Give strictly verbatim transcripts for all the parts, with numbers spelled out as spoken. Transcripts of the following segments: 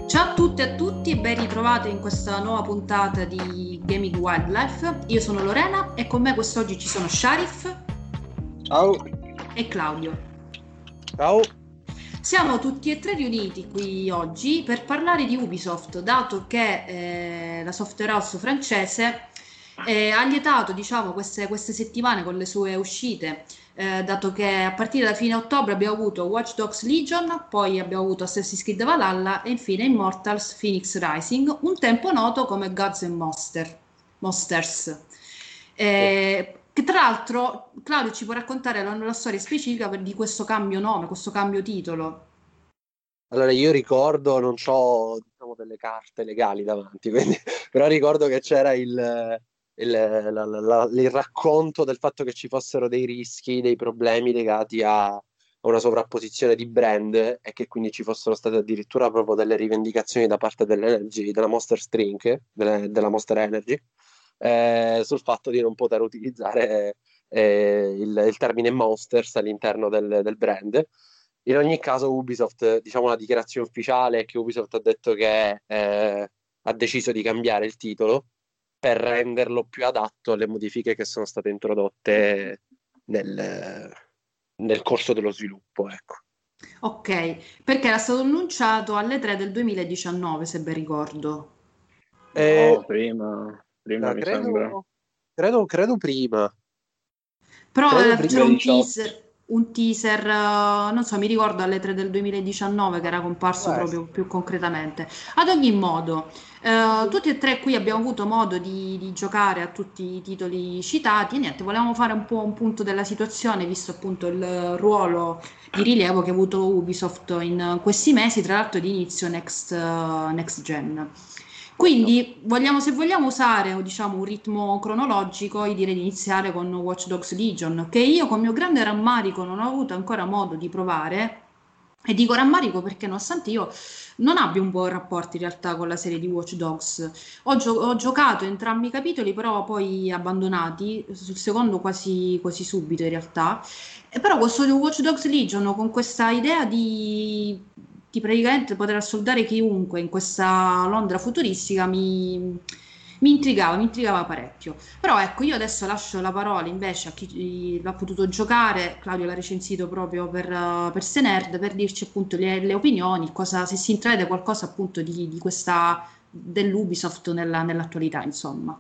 Ciao a tutte e a tutti e ben ritrovati in questa nuova puntata di Gaming Wildlife. Io sono Lorena e con me quest'oggi ci sono Sharif. Ciao. E Claudio. Ciao. Siamo tutti e tre riuniti qui oggi per parlare di Ubisoft, dato che eh, la software house francese eh, ha lietato, diciamo, queste, queste settimane con le sue uscite. Eh, dato che a partire da fine ottobre abbiamo avuto Watch Dogs Legion, poi abbiamo avuto Assassin's Creed Valhalla e infine Immortals Phoenix Rising, un tempo noto come Gods and Monster, Monsters. Eh, che tra l'altro Claudio ci può raccontare la, la storia specifica per- di questo cambio nome, questo cambio titolo. Allora, io ricordo, non ho, diciamo, delle carte legali davanti, quindi, però ricordo che c'era il, il, la- la- la- il racconto del fatto che ci fossero dei rischi, dei problemi legati a, a una sovrapposizione di brand e che quindi ci fossero state addirittura proprio delle rivendicazioni da parte dell'Energy, della Monster Drink, delle- della Monster Energy, eh, sul fatto di non poter utilizzare eh, il, il termine Monsters all'interno del del brand. In ogni caso, Ubisoft, diciamo, la dichiarazione ufficiale è che Ubisoft ha detto che eh, ha deciso di cambiare il titolo per renderlo più adatto alle modifiche che sono state introdotte nel, nel corso dello sviluppo, ecco. Ok, perché era stato annunciato alle tre del duemiladiciannove, se ben ricordo. Eh, No, prima, prima no, mi sembra. credo, credo, credo prima, Però credo eh, c'era prima. un duemiladiciotto. teaser, un teaser, eh, non so, mi ricordo alle tre del duemiladiciannove che era Può comparso proprio essere. più concretamente. Ad ogni modo, eh, tutti e tre qui abbiamo avuto modo di, di giocare a tutti i titoli citati e niente, volevamo fare un po' un punto della situazione, visto appunto il ruolo di rilievo che ha avuto Ubisoft in questi mesi, tra l'altro di inizio next, eh, next gen. Esatto. Quindi vogliamo, se vogliamo usare diciamo, un ritmo cronologico, io direi di iniziare con Watch Dogs Legion, che io con mio grande rammarico non ho avuto ancora modo di provare. E dico rammarico perché nonostante io non abbia un buon rapporto in realtà con la serie di Watch Dogs, ho, gio- ho giocato entrambi i capitoli, però poi abbandonati, sul secondo quasi, quasi subito in realtà. E però questo di Watch Dogs Legion con questa idea di, di praticamente poter assoldare chiunque in questa Londra futuristica mi, mi intrigava, mi intrigava parecchio. Però ecco, io adesso lascio la parola invece a chi l'ha potuto giocare, Claudio l'ha recensito proprio per, uh, per Senerd, per dirci appunto le, le opinioni, cosa, se si intravede qualcosa appunto di, di questa dell'Ubisoft nella- nell'attualità, insomma.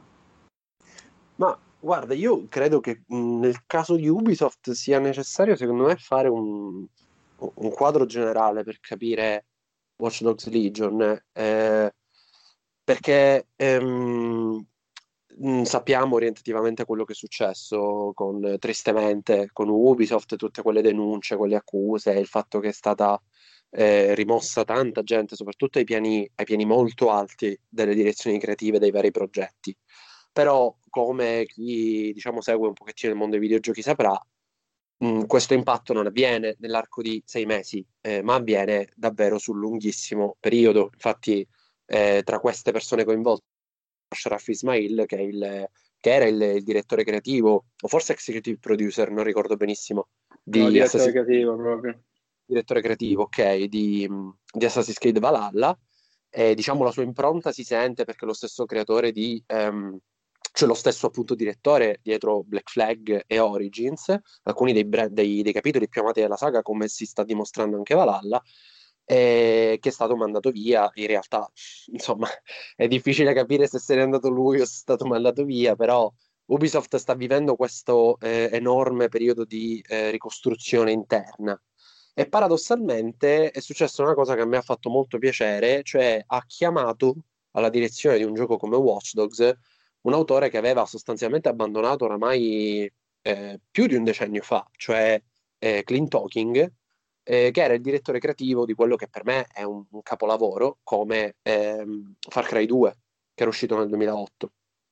Ma guarda, io credo che mh, nel caso di Ubisoft sia necessario, secondo me, fare un, un quadro generale per capire Watch Dogs Legion, eh, perché ehm, mh, sappiamo orientativamente quello che è successo con, tristemente, con Ubisoft, tutte quelle denunce, quelle accuse, il fatto che è stata eh, rimossa tanta gente, soprattutto ai piani, ai piani molto alti delle direzioni creative dei vari progetti. Però, come chi diciamo segue un pochettino il mondo dei videogiochi saprà, mh, questo impatto non avviene nell'arco di sei mesi, eh, ma avviene davvero sul lunghissimo periodo. Infatti, eh, tra queste persone coinvolte, Ashraf Ismail, che, è il, che era il, il direttore creativo, o forse executive producer, non ricordo benissimo, No, di direttore Assassin's Creed, creativo proprio. direttore creativo, ok, di, di Assassin's Creed Valhalla. E diciamo la sua impronta si sente perché è lo stesso creatore di, ehm, cioè lo stesso appunto direttore dietro Black Flag e Origins, alcuni dei, bre- dei- dei capitoli più amati della saga, come si sta dimostrando anche Valhalla, e che è stato mandato via. In realtà, insomma, è difficile capire se se n'è andato lui o se è stato mandato via, però Ubisoft sta vivendo questo eh, enorme periodo di eh, ricostruzione interna. E paradossalmente è successa una cosa che a me ha fatto molto piacere, cioè ha chiamato alla direzione di un gioco come Watch Dogs un autore che aveva sostanzialmente abbandonato oramai eh, più di un decennio fa, cioè eh, Clint Hawking, eh, che era il direttore creativo di quello che per me è un, un capolavoro come ehm, Far Cry due, che era uscito nel duemilaotto.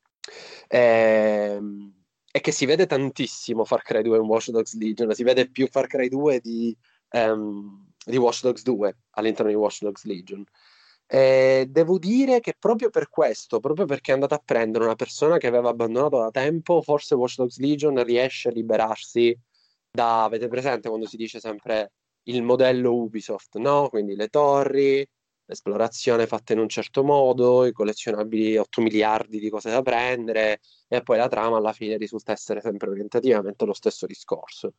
Ehm, e che si vede tantissimo Far Cry due in Watch Dogs Legion, si vede più Far Cry due di, ehm, di Watch Dogs due all'interno di Watch Dogs Legion. E devo dire che proprio per questo, proprio perché è andata a prendere una persona che aveva abbandonato da tempo, forse Watch Dogs Legion riesce a liberarsi da, avete presente quando si dice sempre il modello Ubisoft, no? Quindi le torri, l'esplorazione fatta in un certo modo, i collezionabili otto miliardi di cose da prendere, e poi la trama alla fine risulta essere sempre orientativamente lo stesso discorso.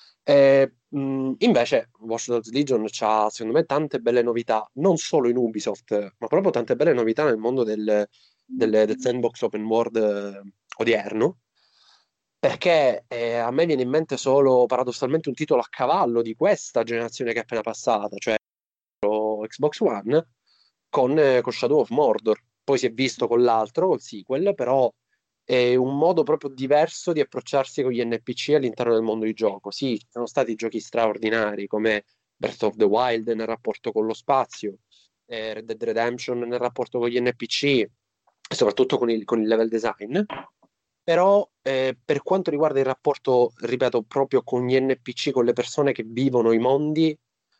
E, mh, invece Watch Dogs Legion ha secondo me tante belle novità, non solo in Ubisoft, ma proprio tante belle novità nel mondo del, del, del sandbox open world eh, odierno, perché eh, a me viene in mente solo paradossalmente un titolo a cavallo di questa generazione che è appena passata, cioè Xbox One con, eh, con Shadow of Mordor. Poi si è visto con l'altro, col sequel, però è un modo proprio diverso di approcciarsi con gli N P C all'interno del mondo di gioco. Sì, ci sono stati giochi straordinari come Breath of the Wild nel rapporto con lo spazio, eh, Red Dead Redemption nel rapporto con gli N P C e soprattutto con il, con il level design. Però eh, per quanto riguarda il rapporto, ripeto, proprio con gli N P C, con le persone che vivono i mondi,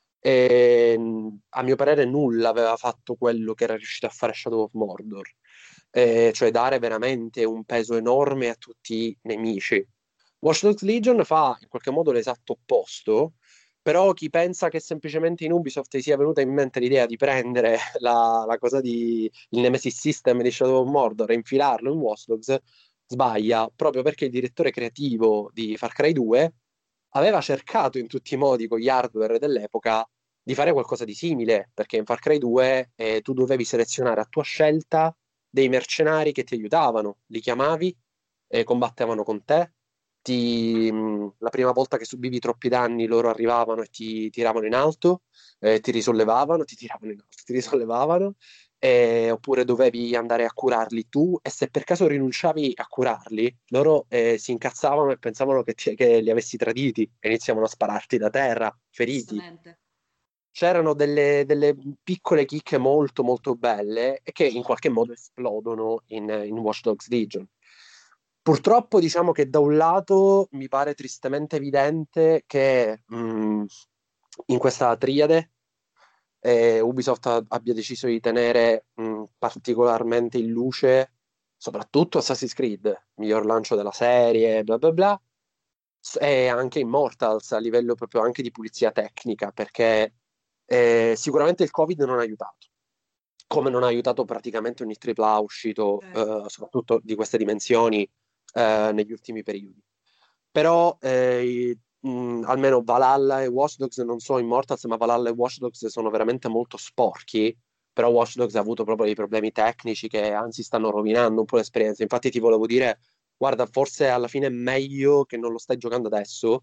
e, a mio parere nulla aveva fatto quello che era riuscito a fare Shadow of Mordor. Eh, cioè dare veramente un peso enorme a tutti i nemici. Watch Dogs Legion fa in qualche modo l'esatto opposto, però chi pensa che semplicemente in Ubisoft gli sia venuta in mente l'idea di prendere la, la cosa di il Nemesis System di Shadow of Mordor e infilarlo in Watch Dogs sbaglia, proprio perché il direttore creativo di Far Cry due aveva cercato in tutti i modi con gli hardware dell'epoca di fare qualcosa di simile, perché in Far Cry due eh, tu dovevi selezionare a tua scelta dei mercenari che ti aiutavano, li chiamavi e combattevano con te. Ti, mh, la prima volta che subivi troppi danni, loro arrivavano e ti tiravano in alto, eh, ti risollevavano, ti tiravano in alto, ti risollevavano, eh, oppure dovevi andare a curarli tu, e se per caso rinunciavi a curarli, loro eh, si incazzavano e pensavano che, ti- che li avessi traditi e iniziavano a spararti da terra, feriti. Giustamente. C'erano delle, delle piccole chicche molto molto belle e che in qualche modo esplodono in, in Watch Dogs Legion. Purtroppo diciamo che da un lato mi pare tristemente evidente che mh, in questa triade eh, Ubisoft a- abbia deciso di tenere mh, particolarmente in luce soprattutto Assassin's Creed, miglior lancio della serie, bla bla bla, s- e anche Immortals a livello proprio anche di pulizia tecnica, perché eh, sicuramente il Covid non ha aiutato, come non ha aiutato praticamente ogni tripla A uscito, Certo. eh, soprattutto di queste dimensioni, eh, negli ultimi periodi. Però eh, i- mh, almeno Valhalla e Watch Dogs, non so Immortals, ma Valhalla e Watch Dogs sono veramente molto sporchi. Però Watch Dogs ha avuto proprio dei problemi tecnici che anzi stanno rovinando un po' l'esperienza. Infatti ti volevo dire, guarda, forse alla fine è meglio che non lo stai giocando adesso,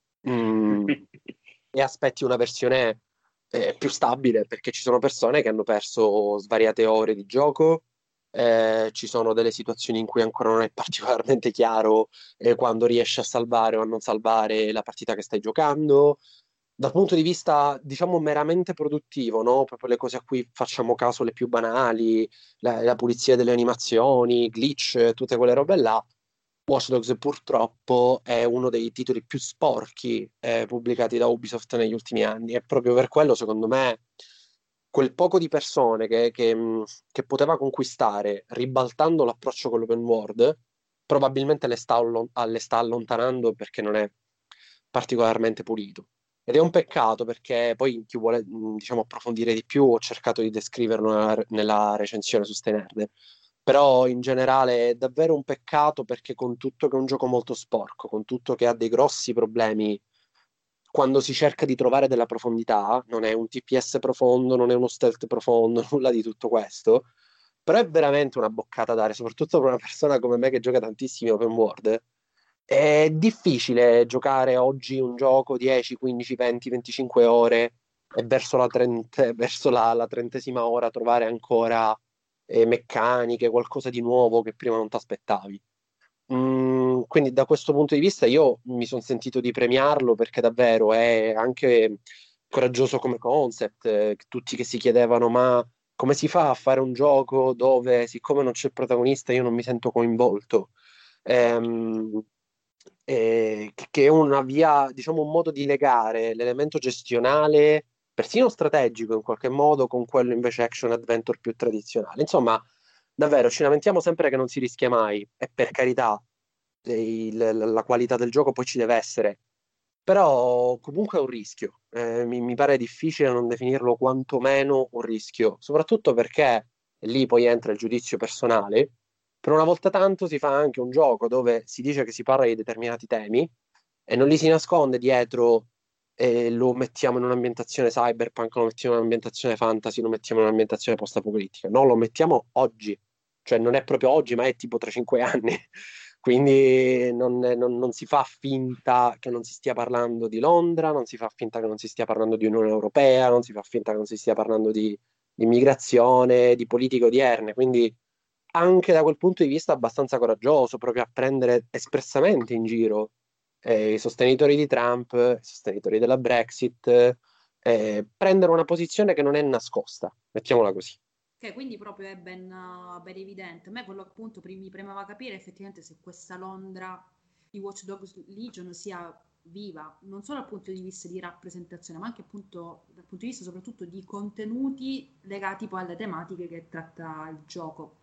mh, e aspetti una versione eh, più stabile, perché ci sono persone che hanno perso svariate ore di gioco, eh, ci sono delle situazioni in cui ancora non è particolarmente chiaro eh, quando riesci a salvare o a non salvare la partita che stai giocando. Dal punto di vista, diciamo, meramente produttivo, no? Proprio le cose a cui facciamo caso, le più banali, la, la pulizia delle animazioni, glitch, tutte quelle robe là. Watch Dogs purtroppo è uno dei titoli più sporchi eh, pubblicati da Ubisoft negli ultimi anni, e proprio per quello, secondo me, quel poco di persone che, che, mh, che poteva conquistare ribaltando l'approccio con l'open world, probabilmente le sta, allo- ah, le sta allontanando perché non è particolarmente pulito. Ed è un peccato perché poi chi vuole, mh, diciamo, approfondire di più, ho cercato di descriverlo nella, nella recensione su Stay però in generale è davvero un peccato perché con tutto che è un gioco molto sporco, con tutto che ha dei grossi problemi, quando si cerca di trovare della profondità, non è un T P S profondo, non è uno stealth profondo, nulla di tutto questo, però è veramente una boccata d'aria, soprattutto per una persona come me che gioca tantissimi open world. È difficile giocare oggi un gioco dieci, quindici, venti, venticinque ore e verso la, trent- verso la, la trentesima ora trovare ancora eh, meccaniche, qualcosa di nuovo che prima non ti aspettavi. Mm, quindi da questo punto di vista io mi sono sentito di premiarlo perché davvero è anche coraggioso come concept. Eh, tutti che si chiedevano ma come si fa a fare un gioco dove siccome non c'è il protagonista io non mi sento coinvolto? Ehm, eh, che che è una via, diciamo, un modo di legare l'elemento gestionale, persino strategico in qualche modo, con quello invece action adventure più tradizionale. Insomma, davvero, ci lamentiamo sempre che non si rischia mai, e per carità, eh, il- la qualità del gioco poi ci deve essere, Però comunque è un rischio. Eh, mi, mi pare difficile non definirlo quantomeno un rischio, soprattutto perché e lì poi entra il giudizio personale. Per una volta tanto si fa anche un gioco dove si dice che si parla di determinati temi e non li si nasconde dietro e lo mettiamo in un'ambientazione cyberpunk, lo mettiamo in un'ambientazione fantasy, lo mettiamo in un'ambientazione post-apocalittica. No, lo mettiamo oggi, cioè non è proprio oggi, ma è tipo tra cinque anni. Quindi non, non- non si fa finta che non si stia parlando di Londra, non si fa finta che non si stia parlando di Unione Europea, non si fa finta che non si stia parlando di, di immigrazione, di politiche odierne. Quindi anche da quel punto di vista abbastanza coraggioso, proprio a prendere espressamente in giro eh, i sostenitori di Trump, i sostenitori della Brexit, eh, prendere una posizione che non è nascosta, mettiamola così. Che quindi proprio è ben, uh, ben evidente. A me quello appunto pre- mi premeva capire effettivamente se questa Londra di Watch Dogs Legion sia viva, non solo dal punto di vista di rappresentazione, ma anche appunto dal punto di vista soprattutto di contenuti legati poi alle tematiche che tratta il gioco.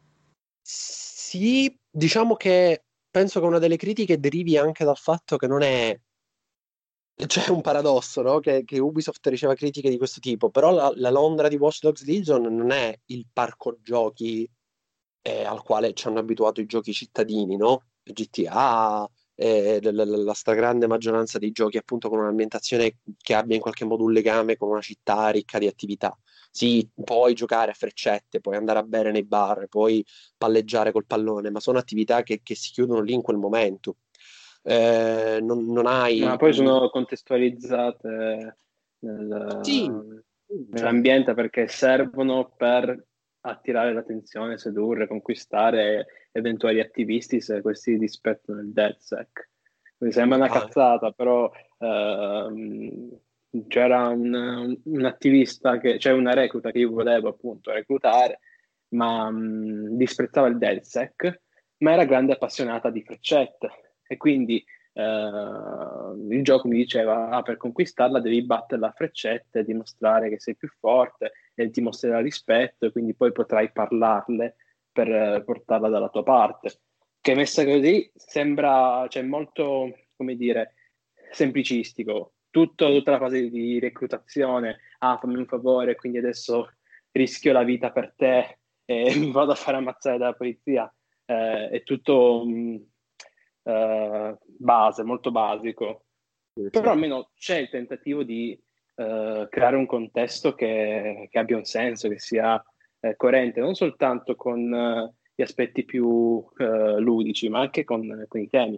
Sì, diciamo che penso che una delle critiche derivi anche dal fatto che non è. C'è un paradosso, no? Che, che Ubisoft riceva critiche di questo tipo, però la, la Londra di Watch Dogs Legion non è il parco giochi eh, al quale ci hanno abituato i giochi cittadini, no? G T A, eh, la, la- la stragrande maggioranza dei giochi appunto con un'ambientazione che abbia in qualche modo un legame con una città ricca di attività. Sì, puoi giocare a freccette, puoi andare a bere nei bar, puoi palleggiare col pallone, ma sono attività che, che si chiudono lì in quel momento. Eh, non, non Ma hai poi un. sono contestualizzate Sì, nel- cioè, nell'ambiente perché servono per attirare l'attenzione, sedurre, conquistare eventuali attivisti se questi rispettano il DedSec. Mi sembra una ah, cazzata, però ehm, c'era un, un- un attivista, che, c'è una recluta che io volevo appunto reclutare, ma mh, disprezzava il DedSec, ma era grande appassionata di freccette e quindi eh, il gioco mi diceva, ah, per conquistarla devi batterla a freccette, dimostrare che sei più forte e ti mostrerà rispetto e quindi poi potrai parlarle per eh, portarla dalla tua parte. Che messa così sembra, cioè, molto, come dire, semplicistico. Tutto, tutta la fase di reclutazione, ah, fammi un favore, quindi adesso rischio la vita per te e mi vado a fare ammazzare dalla polizia. Eh, è tutto mh, eh, base, molto basico, sì, però sì. almeno c'è il tentativo di eh, creare un contesto che, che abbia un senso, che sia eh, coerente, non soltanto con eh, gli aspetti più eh, ludici, ma anche con, con i temi.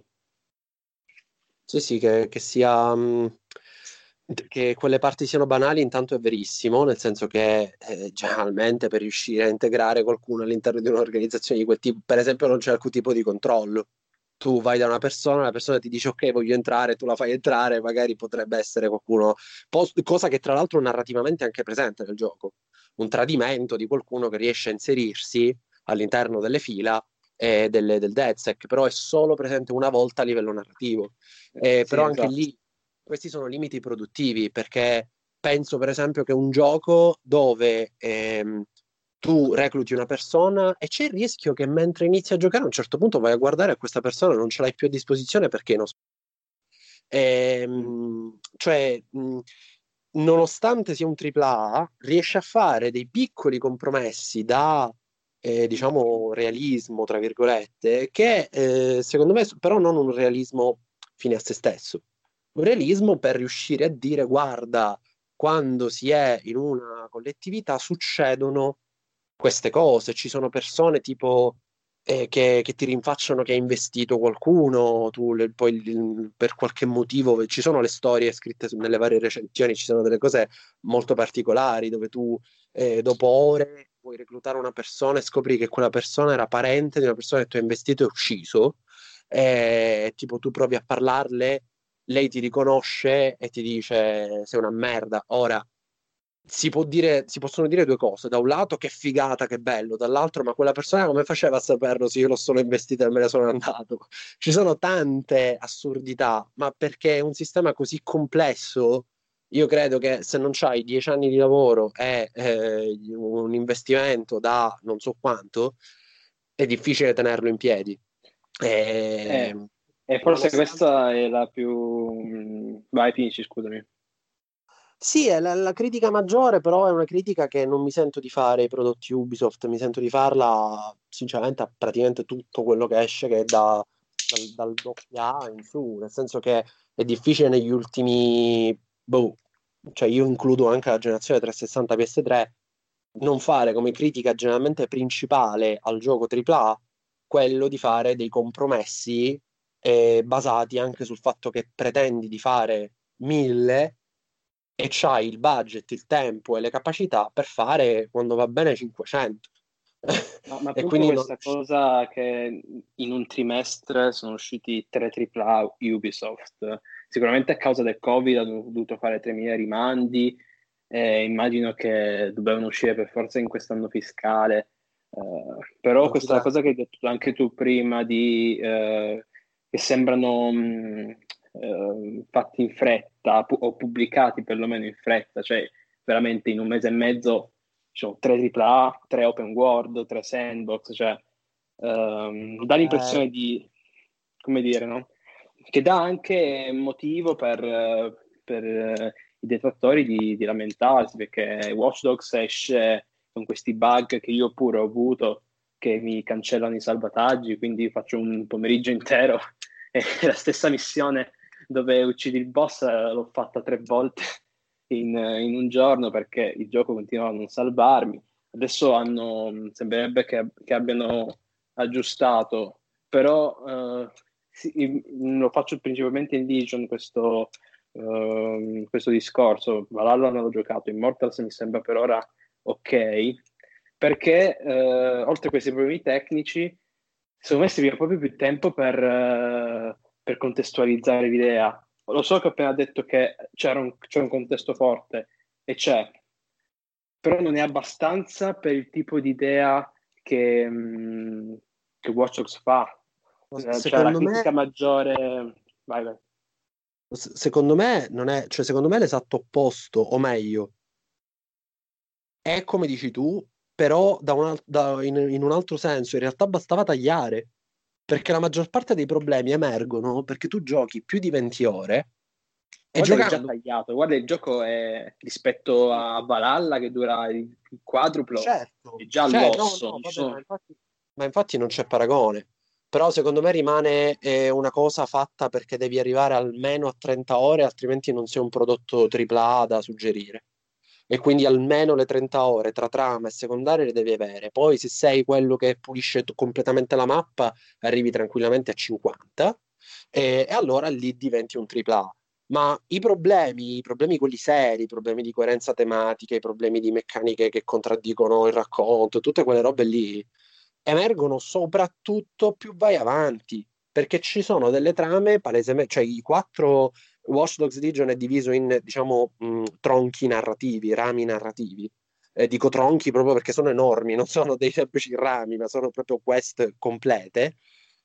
Sì, sì, che, che sia, mh, che quelle parti siano banali, intanto è verissimo, nel senso che eh, generalmente per riuscire a integrare qualcuno all'interno di un'organizzazione di quel tipo, per esempio, non c'è alcun tipo di controllo. Tu vai da una persona, la persona ti dice ok, voglio entrare, tu la fai entrare, magari potrebbe essere qualcuno, pos- cosa che tra l'altro narrativamente è anche presente nel gioco, un tradimento di qualcuno che riesce a inserirsi all'interno delle fila eh, delle- del DedSec, però è solo presente una volta a livello narrativo. Eh, Sì, però anche esatto. lì questi sono limiti produttivi perché penso per esempio che un gioco dove ehm, tu recluti una persona e c'è il rischio che mentre inizi a giocare a un certo punto vai a guardare a questa persona e non ce l'hai più a disposizione perché non. Mm. Ehm, cioè, mh, nonostante sia un tripla A, riesce a fare dei piccoli compromessi da, eh, diciamo, realismo, tra virgolette, che eh, secondo me, però non un realismo fine a se stesso, un realismo per riuscire a dire, guarda, quando si è in una collettività succedono queste cose, ci sono persone tipo eh, che, che ti rinfacciano che hai investito qualcuno, tu le- poi il- per qualche motivo ci sono le storie scritte su- nelle varie recensioni, ci sono delle cose molto particolari dove tu eh, dopo ore puoi reclutare una persona e scopri che quella persona era parente di una persona che tu hai investito e ucciso, e tipo tu provi a parlarle, lei ti riconosce e ti dice sei una merda. Ora si può dire, si possono dire due cose. Da un lato, che figata, che bello, dall'altro, ma quella persona come faceva a saperlo se io l'ho solo investito e me ne sono andato? Ci sono tante assurdità, ma perché è un sistema così complesso, io credo che se non c'hai dieci anni di lavoro e eh, un investimento da non so quanto, è difficile tenerlo in piedi. Eh, E. E forse nonostante... questa è la più... Vai, finisci, scusami. Sì, è la, la critica maggiore, però è una critica che non mi sento di fare ai prodotti Ubisoft, mi sento di farla sinceramente a praticamente tutto quello che esce che è da, dal, dal doppia A in su, nel senso che è difficile negli ultimi, boh, cioè io includo anche la generazione trecentosessanta P S tre, non fare come critica generalmente principale al gioco tripla A quello di fare dei compromessi eh, basati anche sul fatto che pretendi di fare mille e c'hai il budget, il tempo e le capacità per fare quando va bene cinquecento. No, ma E appunto quindi non... questa cosa che in un trimestre sono usciti tre tripla A Ubisoft, sicuramente a causa del Covid hanno dovuto fare tremila rimandi, eh, immagino che dovevano uscire per forza in quest'anno fiscale, eh, però questa cosa che hai detto anche tu prima di eh, che sembrano mh, eh, fatti in fretta pu- o pubblicati perlomeno in fretta, cioè veramente in un mese e mezzo ci sono tre tripla A, tre open world, tre sandbox, cioè ehm, dà eh, l'impressione di, come dire, no? Che dà anche motivo per, eh, per, eh, i detrattori di, di lamentarsi, perché Watch Dogs esce con questi bug che io pure ho avuto, che mi cancellano i salvataggi, quindi faccio un pomeriggio intero e la stessa missione dove uccidi il boss eh, l'ho fatta tre volte in, in un giorno perché il gioco continuava a non salvarmi. Adesso hanno, sembrerebbe che, che abbiano aggiustato, però eh, sì, lo faccio principalmente in Legion questo, eh, questo discorso. Valhalla non l'ho giocato, Immortals mi sembra per ora ok, perché eh, oltre a questi problemi tecnici, secondo me serviva proprio più tempo per, eh, per contestualizzare l'idea. Lo so che ho appena detto che c'era un, c'è un contesto forte, e c'è, però non è abbastanza per il tipo di idea che, mh, che Watch Dogs fa. Eh, Cioè, la secondo me critica maggiore... Vai, vai. S- secondo me non è, cioè secondo me è l'esatto opposto, o meglio, è come dici tu, però da un al- da- in, in un altro senso, in realtà bastava tagliare, perché la maggior parte dei problemi emergono perché tu giochi più di venti ore e Guarda che è già giocando. tagliato, guarda il gioco è rispetto Sì, a Valhalla che dura il il quadruplo, è certo, già cioè, no, all'osso. no, Non ci vabbè, sono... ma infatti, ma infatti non c'è paragone. Però secondo me rimane eh, una cosa fatta perché devi arrivare almeno a trenta ore, altrimenti non sei un prodotto tripla A da suggerire. E quindi almeno le trenta ore tra trama e secondarie le devi avere. Poi se sei quello che pulisce t- completamente la mappa, arrivi tranquillamente a cinquanta e, e allora lì diventi un tripla A. Ma i problemi, i problemi quelli seri, i problemi di coerenza tematica, i problemi di meccaniche che contraddicono il racconto, tutte quelle robe lì emergono soprattutto più vai avanti, perché ci sono delle trame palesemente, cioè i quattro Watch Dogs Legion è diviso in, diciamo, mh, tronchi narrativi, rami narrativi. Eh, dico tronchi proprio perché sono enormi, non sono dei semplici rami, ma sono proprio quest complete,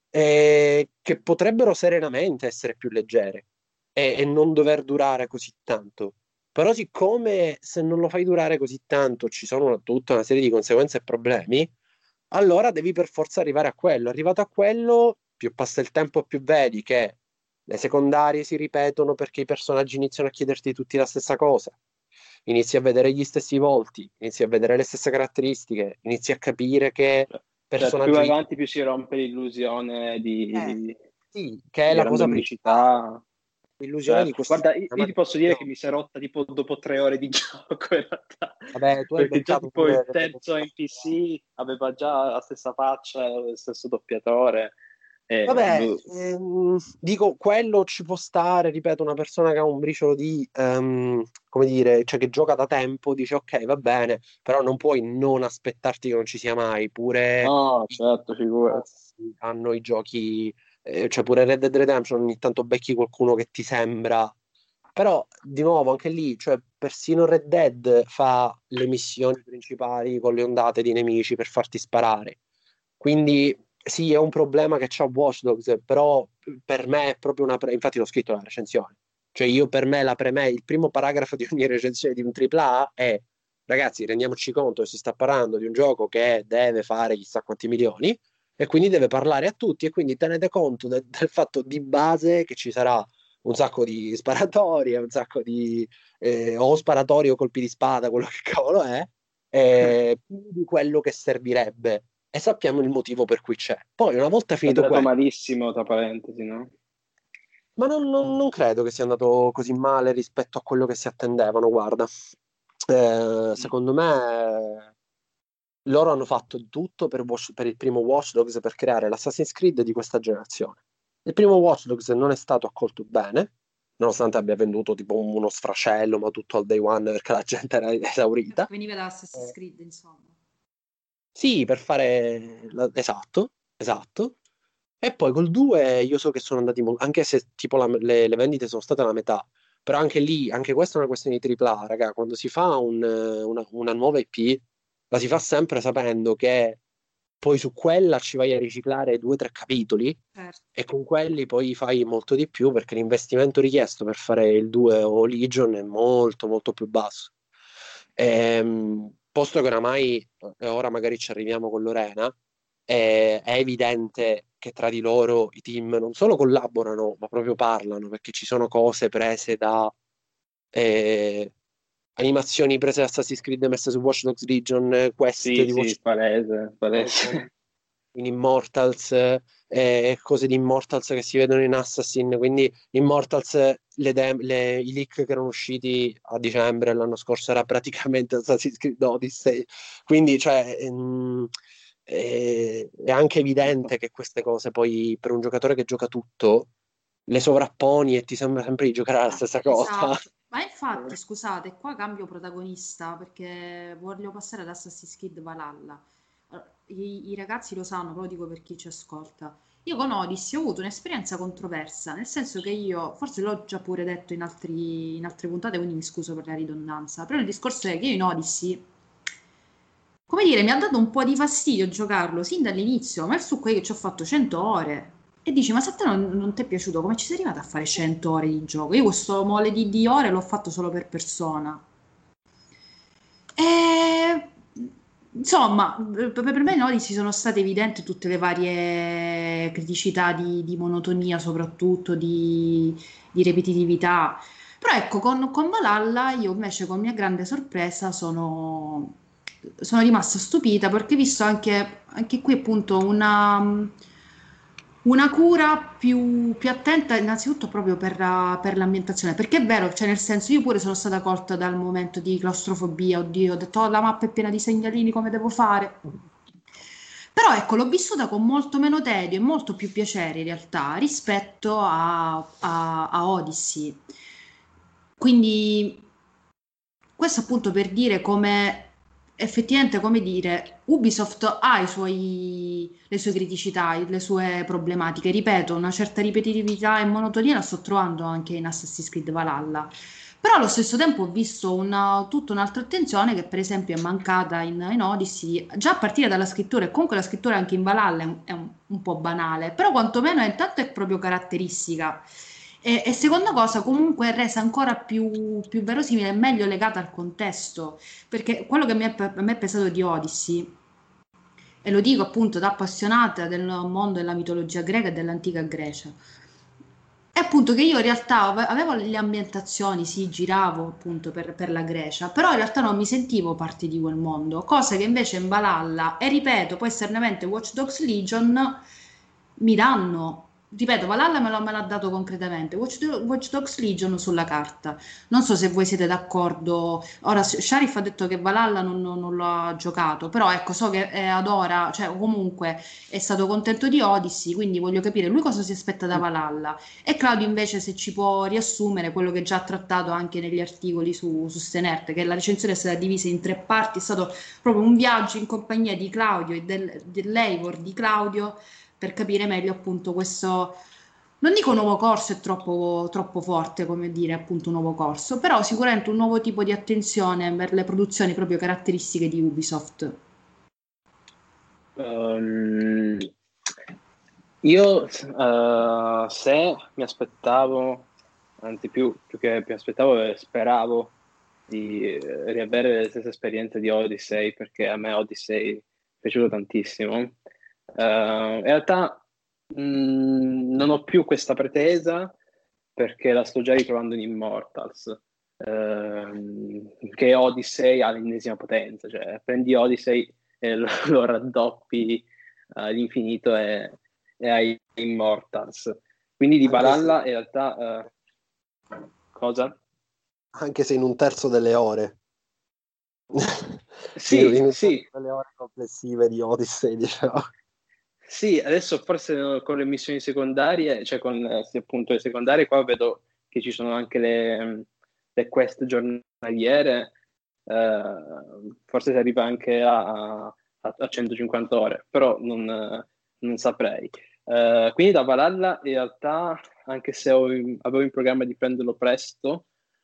eh, che potrebbero serenamente essere più leggere e, e non dover durare così tanto. Però siccome se non lo fai durare così tanto ci sono una- tutta una serie di conseguenze e problemi, allora devi per forza arrivare a quello. Arrivato a quello, più passa il tempo, più vedi che le secondarie si ripetono perché i personaggi iniziano a chiederti tutti la stessa cosa. Inizi a vedere gli stessi volti, inizi a vedere le stesse caratteristiche, inizi a capire che Cioè, più vai personaggi... avanti più si rompe l'illusione Eh, di, sì, che è di la cosa principale. randomicità. L'illusione di Certo. Guarda, costruire io, una io ti posso dire che matemazione. mi si è rotta tipo dopo tre ore di gioco in realtà, Vabbè, tu hai perché già beccato tipo pure il le terzo modalità. N P C aveva già la stessa faccia, lo stesso doppiatore. E, Vabbè, boh. ehm, dico, quello ci può stare, ripeto, una persona che ha un briciolo di, ehm, come dire, cioè che gioca da tempo, dice ok, va bene, però non puoi non aspettarti che non ci sia mai, pure No, i certo, figurati. grossi hanno i giochi, eh, cioè pure Red Dead Redemption ogni tanto becchi qualcuno che ti sembra, però di nuovo anche lì, cioè persino Red Dead fa le missioni principali con le ondate di nemici per farti sparare, quindi sì, è un problema che c'ha Watch Dogs, però per me è proprio una... pre- infatti l'ho scritto nella recensione. Cioè io per me la preme... il primo paragrafo di ogni recensione di un tripla A è ragazzi, rendiamoci conto che si sta parlando di un gioco che deve fare chissà quanti milioni e quindi deve parlare a tutti e quindi tenete conto de- del fatto di base che ci sarà un sacco di sparatorie, un sacco di eh, o sparatori o colpi di spada, quello che cavolo è, eh, più di quello che servirebbe e sappiamo il motivo per cui c'è. Poi una volta È finito andato quello, malissimo, tra parentesi, no? ma non, non- non credo che sia andato così male rispetto a quello che si attendevano, guarda. Eh, secondo me loro hanno fatto di tutto per, Watch- per il primo Watch Dogs per creare l'Assassin's Creed di questa generazione. Il primo Watch Dogs non è stato accolto bene, nonostante abbia venduto tipo uno sfracello, ma tutto al day one perché la gente era Perché esaurita. veniva da Assassin's Eh, Creed, insomma. sì, per fare la- esatto, esatto. E poi col due io so che sono andati molto, anche se tipo la- le, le vendite sono state la metà, però anche lì, anche questa è una questione di tripla A, raga, quando si fa un, eh, una, una nuova I P, la si fa sempre sapendo che poi su quella ci vai a riciclare due o tre capitoli Certo. e con quelli poi fai molto di più perché l'investimento richiesto per fare il due o Legion è molto molto più basso. Ehm, posto che oramai, e ora magari ci arriviamo con Lorena, è, è evidente che tra di loro i team non solo collaborano, ma proprio parlano, perché ci sono cose prese da eh, animazioni prese da Assassin's Creed messe su Watch Dogs Legion, quest Sì, di sì, Watch palese, Dogs, palese. in Immortals, eh, cose di Immortals che si vedono in Assassin, quindi Immortals, le dem- le- i leak che erano usciti a dicembre l'anno scorso era praticamente Assassin's Creed Odyssey, quindi cioè, ehm, eh, è anche evidente che queste cose poi per un giocatore che gioca tutto le sovrapponi e ti sembra sempre di giocare alla stessa cosa. Esatto, ma infatti, scusate, qua cambio protagonista perché voglio passare ad Assassin's Creed Valhalla. Allora, I, i ragazzi lo sanno, però lo dico per chi ci ascolta. Io con Odyssey ho avuto un'esperienza controversa, nel senso che io, forse l'ho già pure detto in altri- in altre puntate, quindi mi scuso per la ridondanza, però il discorso è che io in Odyssey, come dire, mi ha dato un po' di fastidio giocarlo sin dall'inizio, ma il succo è che ci ho fatto cento ore. E dici, ma se a te non, non ti è piaciuto, come ci sei arrivata a fare cento ore di gioco? Io questo mole di, di ore l'ho fatto solo per persona. E, insomma, per per me no, ci sono state evidenti tutte le varie criticità di, di monotonia, soprattutto di, di ripetitività. Però ecco, con, con Valhalla io invece con mia grande sorpresa sono, sono rimasta stupita perché ho visto anche, anche qui appunto una, una cura più, più attenta innanzitutto proprio per, la- per l'ambientazione, perché è vero, cioè nel senso io pure sono stata colta dal momento di claustrofobia, oddio, ho detto "Oh, la mappa è piena di segnalini, come devo fare?" Però ecco, l'ho vissuta con molto meno tedio e molto più piacere in realtà rispetto a, a- a Odyssey. Quindi questo appunto per dire come effettivamente, come dire, Ubisoft ha i suoi, le sue criticità, le sue problematiche. Ripeto, una certa ripetitività e monotonia la sto trovando anche in Assassin's Creed Valhalla. Però allo stesso tempo ho visto una, tutta un'altra attenzione che per esempio è mancata in, in Odyssey, già a partire dalla scrittura, e comunque la scrittura anche in Valhalla è un, è un- un po' banale, però quantomeno è, intanto è proprio caratteristica. E, e seconda cosa, comunque è resa ancora più, più verosimile e meglio legata al contesto, perché quello che mi è, a me è pesato di Odyssey, e lo dico appunto da appassionata del mondo della mitologia greca e dell'antica Grecia, è appunto che io in realtà ave- avevo le ambientazioni, sì, giravo appunto per, per la Grecia, però in realtà non mi sentivo parte di quel mondo, cosa che invece in Valhalla, e ripeto, poi esternamente Watch Dogs Legion mi danno. Ripeto, Valhalla me, lo- me l'ha dato concretamente, Watch, Do- Watch Dogs Legion sulla carta. Non so se voi siete d'accordo. Ora, Sharif ha detto che Valhalla non, non- non lo ha giocato, però ecco, so che eh, adora, cioè comunque è stato contento di Odyssey, quindi voglio capire lui cosa si aspetta da Valhalla. E Claudio invece se ci può riassumere quello che già ha trattato anche negli articoli su, su Stenert, che la recensione è stata divisa in tre parti, è stato proprio un viaggio in compagnia di Claudio e del, dell'Eivor di Claudio per capire meglio appunto questo, non dico nuovo corso, è troppo, troppo forte come dire appunto nuovo corso, però sicuramente un nuovo tipo di attenzione per le produzioni proprio caratteristiche di Ubisoft. Ehm, io eh, se mi aspettavo, anzi più, più che mi aspettavo, eh, speravo di eh, riavere le stesse esperienze di Odyssey, perché a me Odyssey è piaciuto tantissimo. Uh, in realtà mh, non ho più questa pretesa perché la sto già ritrovando in Immortals, ehm, che Odyssey ha l'ennesima potenza, cioè prendi Odyssey e lo, lo raddoppi uh, all'infinito e, e hai Immortals. Quindi di Anche se, Valhalla in realtà uh, cosa? anche se in un terzo delle ore. in, Sì, in un terzo sì, delle ore complessive di Odyssey, diciamo. sì, adesso forse no, con le missioni secondarie, cioè con eh, sì, appunto le secondarie, qua vedo che ci sono anche le, le quest giornaliere, eh, forse si arriva anche a, a, a centocinquanta ore, però non, eh, non saprei. Eh, quindi da Valhalla in realtà, anche se ho in- avevo in programma di prenderlo presto,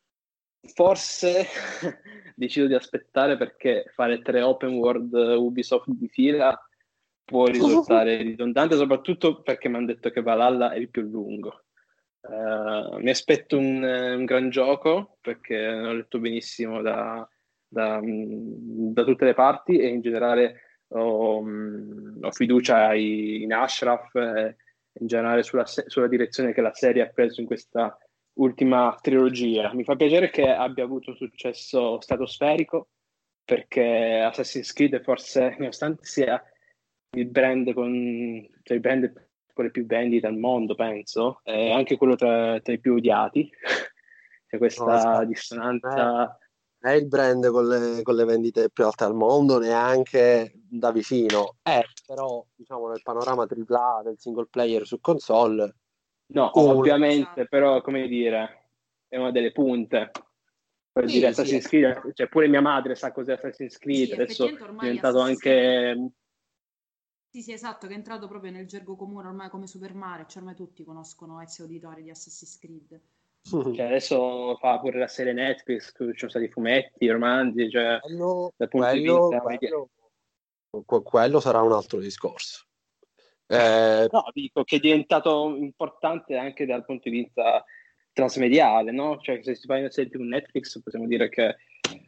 forse decido di aspettare perché fare tre open world Ubisoft di fila può risultare ridondante, soprattutto perché mi hanno detto che Valhalla è il più lungo. Uh, mi aspetto un, un gran gioco perché l'ho letto benissimo da, da, da tutte le parti e in generale ho, ho fiducia in Ashraf e in generale sulla, sulla direzione che la serie ha preso in questa ultima trilogia. Mi fa piacere che abbia avuto successo stratosferico perché Assassin's Creed forse, nonostante sia il brand con, cioè il brand con le più vendite al mondo, penso, è anche quello tra, tra i più odiati. C'è No, questa aspetta, non è, dissonanza. è il brand con le, con le vendite più alte al mondo, neanche da vicino. È però, diciamo, nel panorama tripla A del single player su console, No, uno. ovviamente, Esatto. però, come dire, è una delle punte. Per dire Sì, sì, è Assassin's Creed, cioè pure mia madre sa cos'è Assassin's Creed, Sì, adesso è effettivamente ormai diventato Assassin's Creed, anche. sì, sì, esatto, che è entrato proprio nel gergo comune ormai come Super Mario, cioè ormai tutti conoscono Ezio Auditore di Assassin's Creed. Cioè, adesso fa pure la serie Netflix, ci sono stati fumetti, romanzi, cioè quello, dal punto di quello, vista media. quello, que- quello sarà un altro discorso. Eh, No, dico che è diventato importante anche dal punto di vista transmediale, no? Cioè, se si parla di una serie ti vu Netflix, possiamo dire che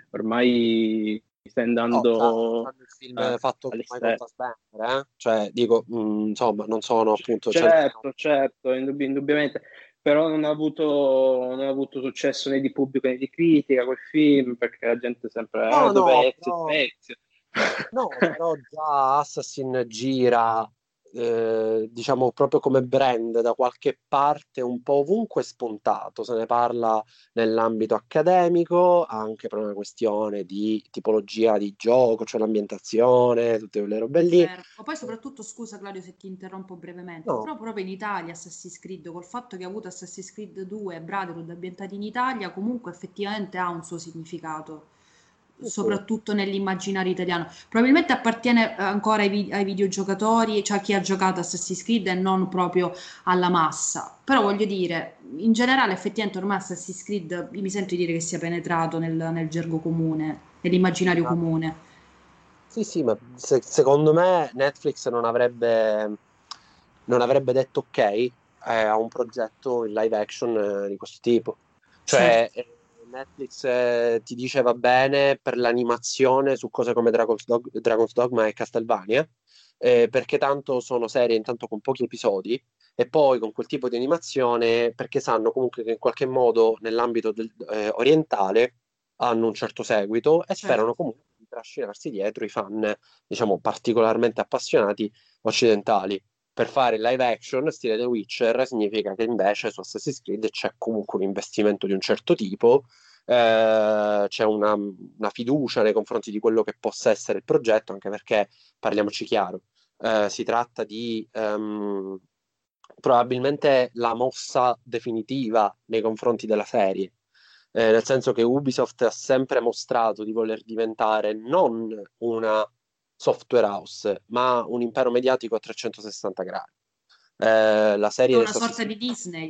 ormai sta no, già andando fanno il film eh, fatto con Michael all'esterno. Fassbender, eh? Cioè, dico, mh, insomma, non sono appunto certi nomi. Certo, certo, indubbi- indubbiamente, però non ha avuto, non ha avuto successo né di pubblico né di critica quel film, perché la gente sempre, No, eh, dove no, è Ezio, però dove è Ezio? No, però già Assassin gira, eh, diciamo, proprio come brand da qualche parte, un po' ovunque è spuntato. Se ne parla nell'ambito accademico, anche per una questione di tipologia di gioco, cioè l'ambientazione, tutte quelle robe È lì. vero. Ma poi soprattutto, scusa Claudio se ti interrompo brevemente, No, però proprio in Italia Assassin's Creed, col fatto che ha avuto Assassin's Creed due e Brotherhood ambientati in Italia, comunque effettivamente ha un suo significato, sì, sì. soprattutto nell'immaginario italiano. Probabilmente appartiene eh, ancora ai, vi- ai videogiocatori, cioè a chi ha giocato Assassin's Creed e non proprio alla massa. Però voglio dire, in generale effettivamente ormai Assassin's Creed mi sento di dire che sia penetrato nel, nel gergo comune, nell'immaginario Ma- comune. sì, sì, ma se- secondo me Netflix non avrebbe, non avrebbe detto ok, eh, a un progetto in live action eh, di questo tipo. Cioè, Certo. eh, Netflix eh, ti dice va bene per l'animazione su cose come Dragon's, Dog- Dragon's Dogma e Castlevania, eh, perché tanto sono serie intanto con pochi episodi, e poi con quel tipo di animazione, perché sanno comunque che in qualche modo nell'ambito del- eh, orientale hanno un certo seguito e sperano Certo. comunque di trascinarsi dietro i fan, diciamo, particolarmente appassionati occidentali. Per fare il live action stile The Witcher significa che invece su Assassin's Creed c'è comunque un investimento di un certo tipo, eh, c'è una, una fiducia nei confronti di quello che possa essere il progetto, anche perché, parliamoci chiaro, eh, si tratta di ehm, probabilmente la mossa definitiva nei confronti della serie. Eh, nel senso che Ubisoft ha sempre mostrato di voler diventare non una software house, ma un impero mediatico a trecentosessanta gradi. Eh, la È serie di una Assassin's sorta Creed, di Disney.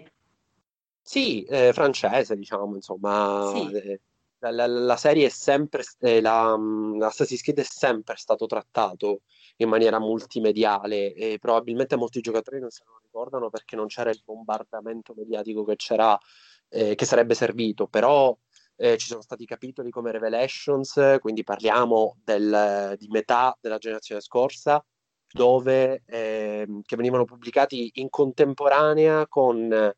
sì, eh, francese, diciamo, insomma, Sì, eh, la, la- la serie è sempre, eh, la, mh, Assassin's Creed è sempre stato trattato in maniera multimediale e probabilmente molti giocatori non se lo ricordano perché non c'era il bombardamento mediatico che c'era, eh, che sarebbe servito, però eh, ci sono stati capitoli come Revelations, quindi parliamo del- di metà della generazione scorsa, dove, eh, che venivano pubblicati in contemporanea con,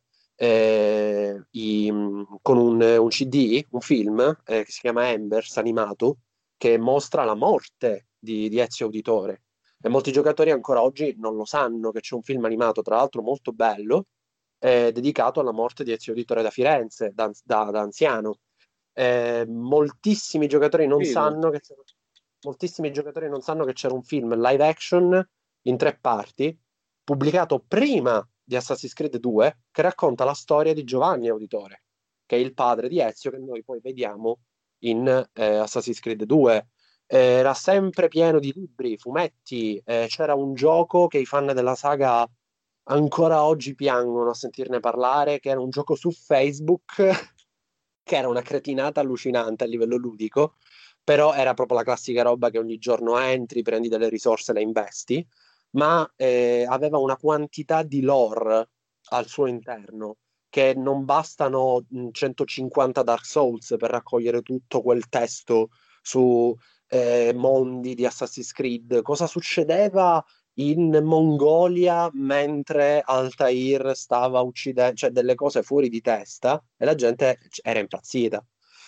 eh, i- con un, un C D, un film eh, che si chiama Embers animato, che mostra la morte di, di Ezio Auditore. E molti giocatori ancora oggi non lo sanno che c'è un film animato, tra l'altro molto bello, eh, dedicato alla morte di Ezio Auditore da Firenze, da, da- da anziano. Eh, moltissimi giocatori non Figo. sanno che c'era, moltissimi giocatori non sanno che c'era un film live action in tre parti, pubblicato prima di Assassin's Creed due, che racconta la storia di Giovanni Auditore, che è il padre di Ezio, che noi poi vediamo in eh, Assassin's Creed due. Eh, era sempre pieno di libri, fumetti, eh, c'era un gioco che i fan della saga ancora oggi piangono a sentirne parlare, che era un gioco su Facebook, che era una cretinata allucinante a livello ludico, però era proprio la classica roba che ogni giorno entri, prendi delle risorse e le investi, ma eh, aveva una quantità di lore al suo interno che non bastano mh, centocinquanta Dark Souls per raccogliere tutto quel testo su eh, mondi di Assassin's Creed. Cosa succedeva in Mongolia mentre Altair stava uccidendo, cioè delle cose fuori di testa e la gente era impazzita.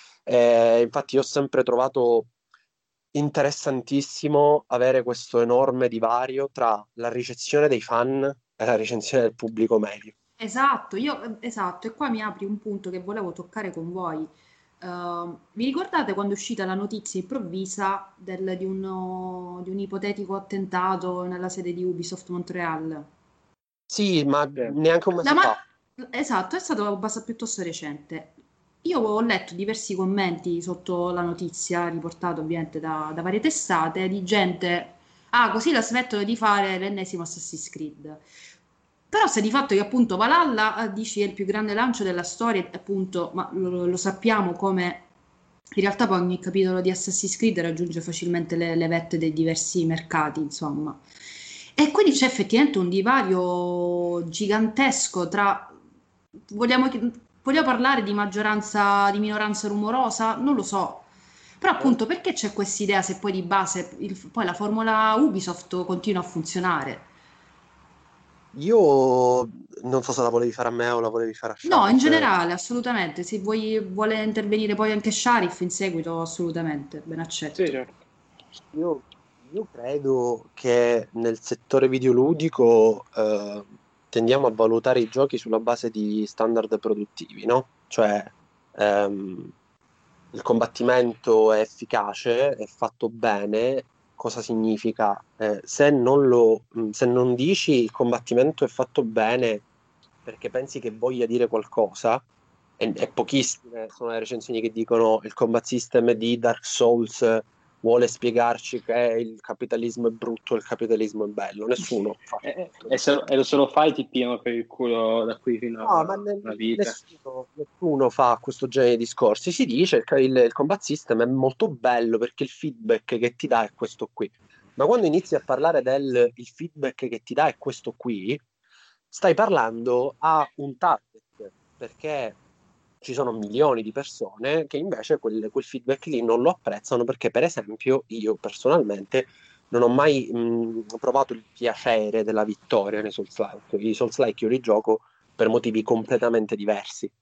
Eh, infatti, io ho sempre trovato interessantissimo avere questo enorme divario tra la ricezione dei fan e la recensione del pubblico medio. Esatto, io, esatto, e qua mi apri un punto che volevo toccare con voi. Ehm, vi ricordate quando è uscita la notizia improvvisa del- di, uno- di un ipotetico attentato nella sede di Ubisoft Montreal? Sì, ma Sì. neanche un La mese ma- fa. esatto, è stato abbastanza piuttosto recente. Io ho letto diversi commenti sotto la notizia, riportata ovviamente da, da varie testate, di gente, ah, così la smettono di fare l'ennesimo Assassin's Creed. Però se di fatto che appunto Valhalla, eh, dici, è il più grande lancio della storia, appunto, ma lo, lo sappiamo come in realtà poi ogni capitolo di Assassin's Creed raggiunge facilmente le, le vette dei diversi mercati, insomma. E quindi c'è effettivamente un divario gigantesco tra... Vogliamo, vogliamo parlare di maggioranza, di minoranza rumorosa? Non lo so. Però Eh? appunto perché c'è questa idea se poi di base il- poi la formula Ubisoft continua a funzionare? Io non so se la volevi fare a me o la volevi fare a No, in Sharif. generale, assolutamente. Se vuoi, vuole intervenire poi anche Sharif in seguito, assolutamente, ben Sì, accetto. certo. Io, io credo che nel settore videoludico eh, tendiamo a valutare i giochi sulla base di standard produttivi, no? Cioè, ehm, il combattimento è efficace, è fatto bene. Cosa significa? Eh, se non lo, mh, se non dici il combattimento è fatto bene perché pensi che voglia dire qualcosa, e, e pochissime sono le recensioni che dicono il combat system di Dark Souls vuole spiegarci che il capitalismo è brutto e il capitalismo è bello. Nessuno fa E, e- questo e se, e se lo fai ti piano per il culo da qui fino No, ma alla ne- alla vita. nessuno, nessuno fa questo genere di discorsi. Si dice che il, il combat system è molto bello perché il feedback che ti dà è questo qui. Ma quando inizi a parlare del il feedback che ti dà è questo qui, stai parlando a un target, perché ci sono milioni di persone che invece quel, quel feedback lì non lo apprezzano perché, per esempio, io personalmente non ho mai mh, provato il piacere della vittoria nei Souls-like. I Souls-like io li gioco per motivi completamente diversi.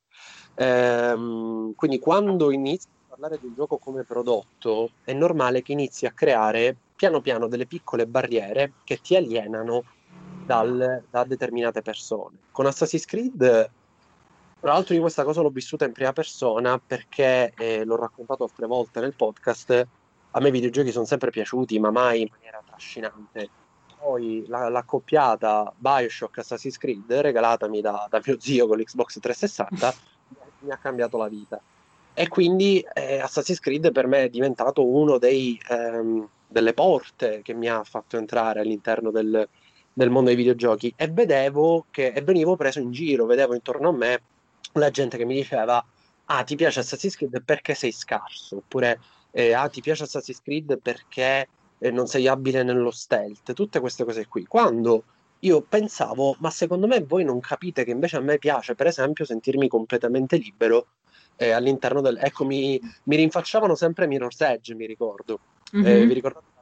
Ehm, quindi quando inizi a parlare di un gioco come prodotto, è normale che inizi a creare piano piano delle piccole barriere che ti alienano dal- da determinate persone. Con Assassin's Creed, tra l'altro, io questa cosa l'ho vissuta in prima persona perché eh, l'ho raccontato altre volte nel podcast. A me i videogiochi sono sempre piaciuti, ma mai in maniera trascinante. Poi la- l'accoppiata BioShock Assassin's Creed, regalatami da, da mio zio con l'Xbox trecentosessanta, mi ha cambiato la vita. E quindi eh, Assassin's Creed per me è diventato uno dei, ehm, delle porte che mi ha fatto entrare all'interno del, del mondo dei videogiochi. E vedevo che, e venivo preso in giro, vedevo intorno a me la gente che mi diceva: Ah, ti piace Assassin's Creed perché sei scarso? Oppure eh, Ah, ti piace Assassin's Creed perché e non sei abile nello stealth, tutte queste cose qui. Quando io pensavo, ma secondo me voi non capite che invece a me piace, per esempio, sentirmi completamente libero eh, all'interno del... Ecco, mi, mi rinfacciavano sempre Mirror's Edge, mi ricordo. Eh, vi Mhm. ricordate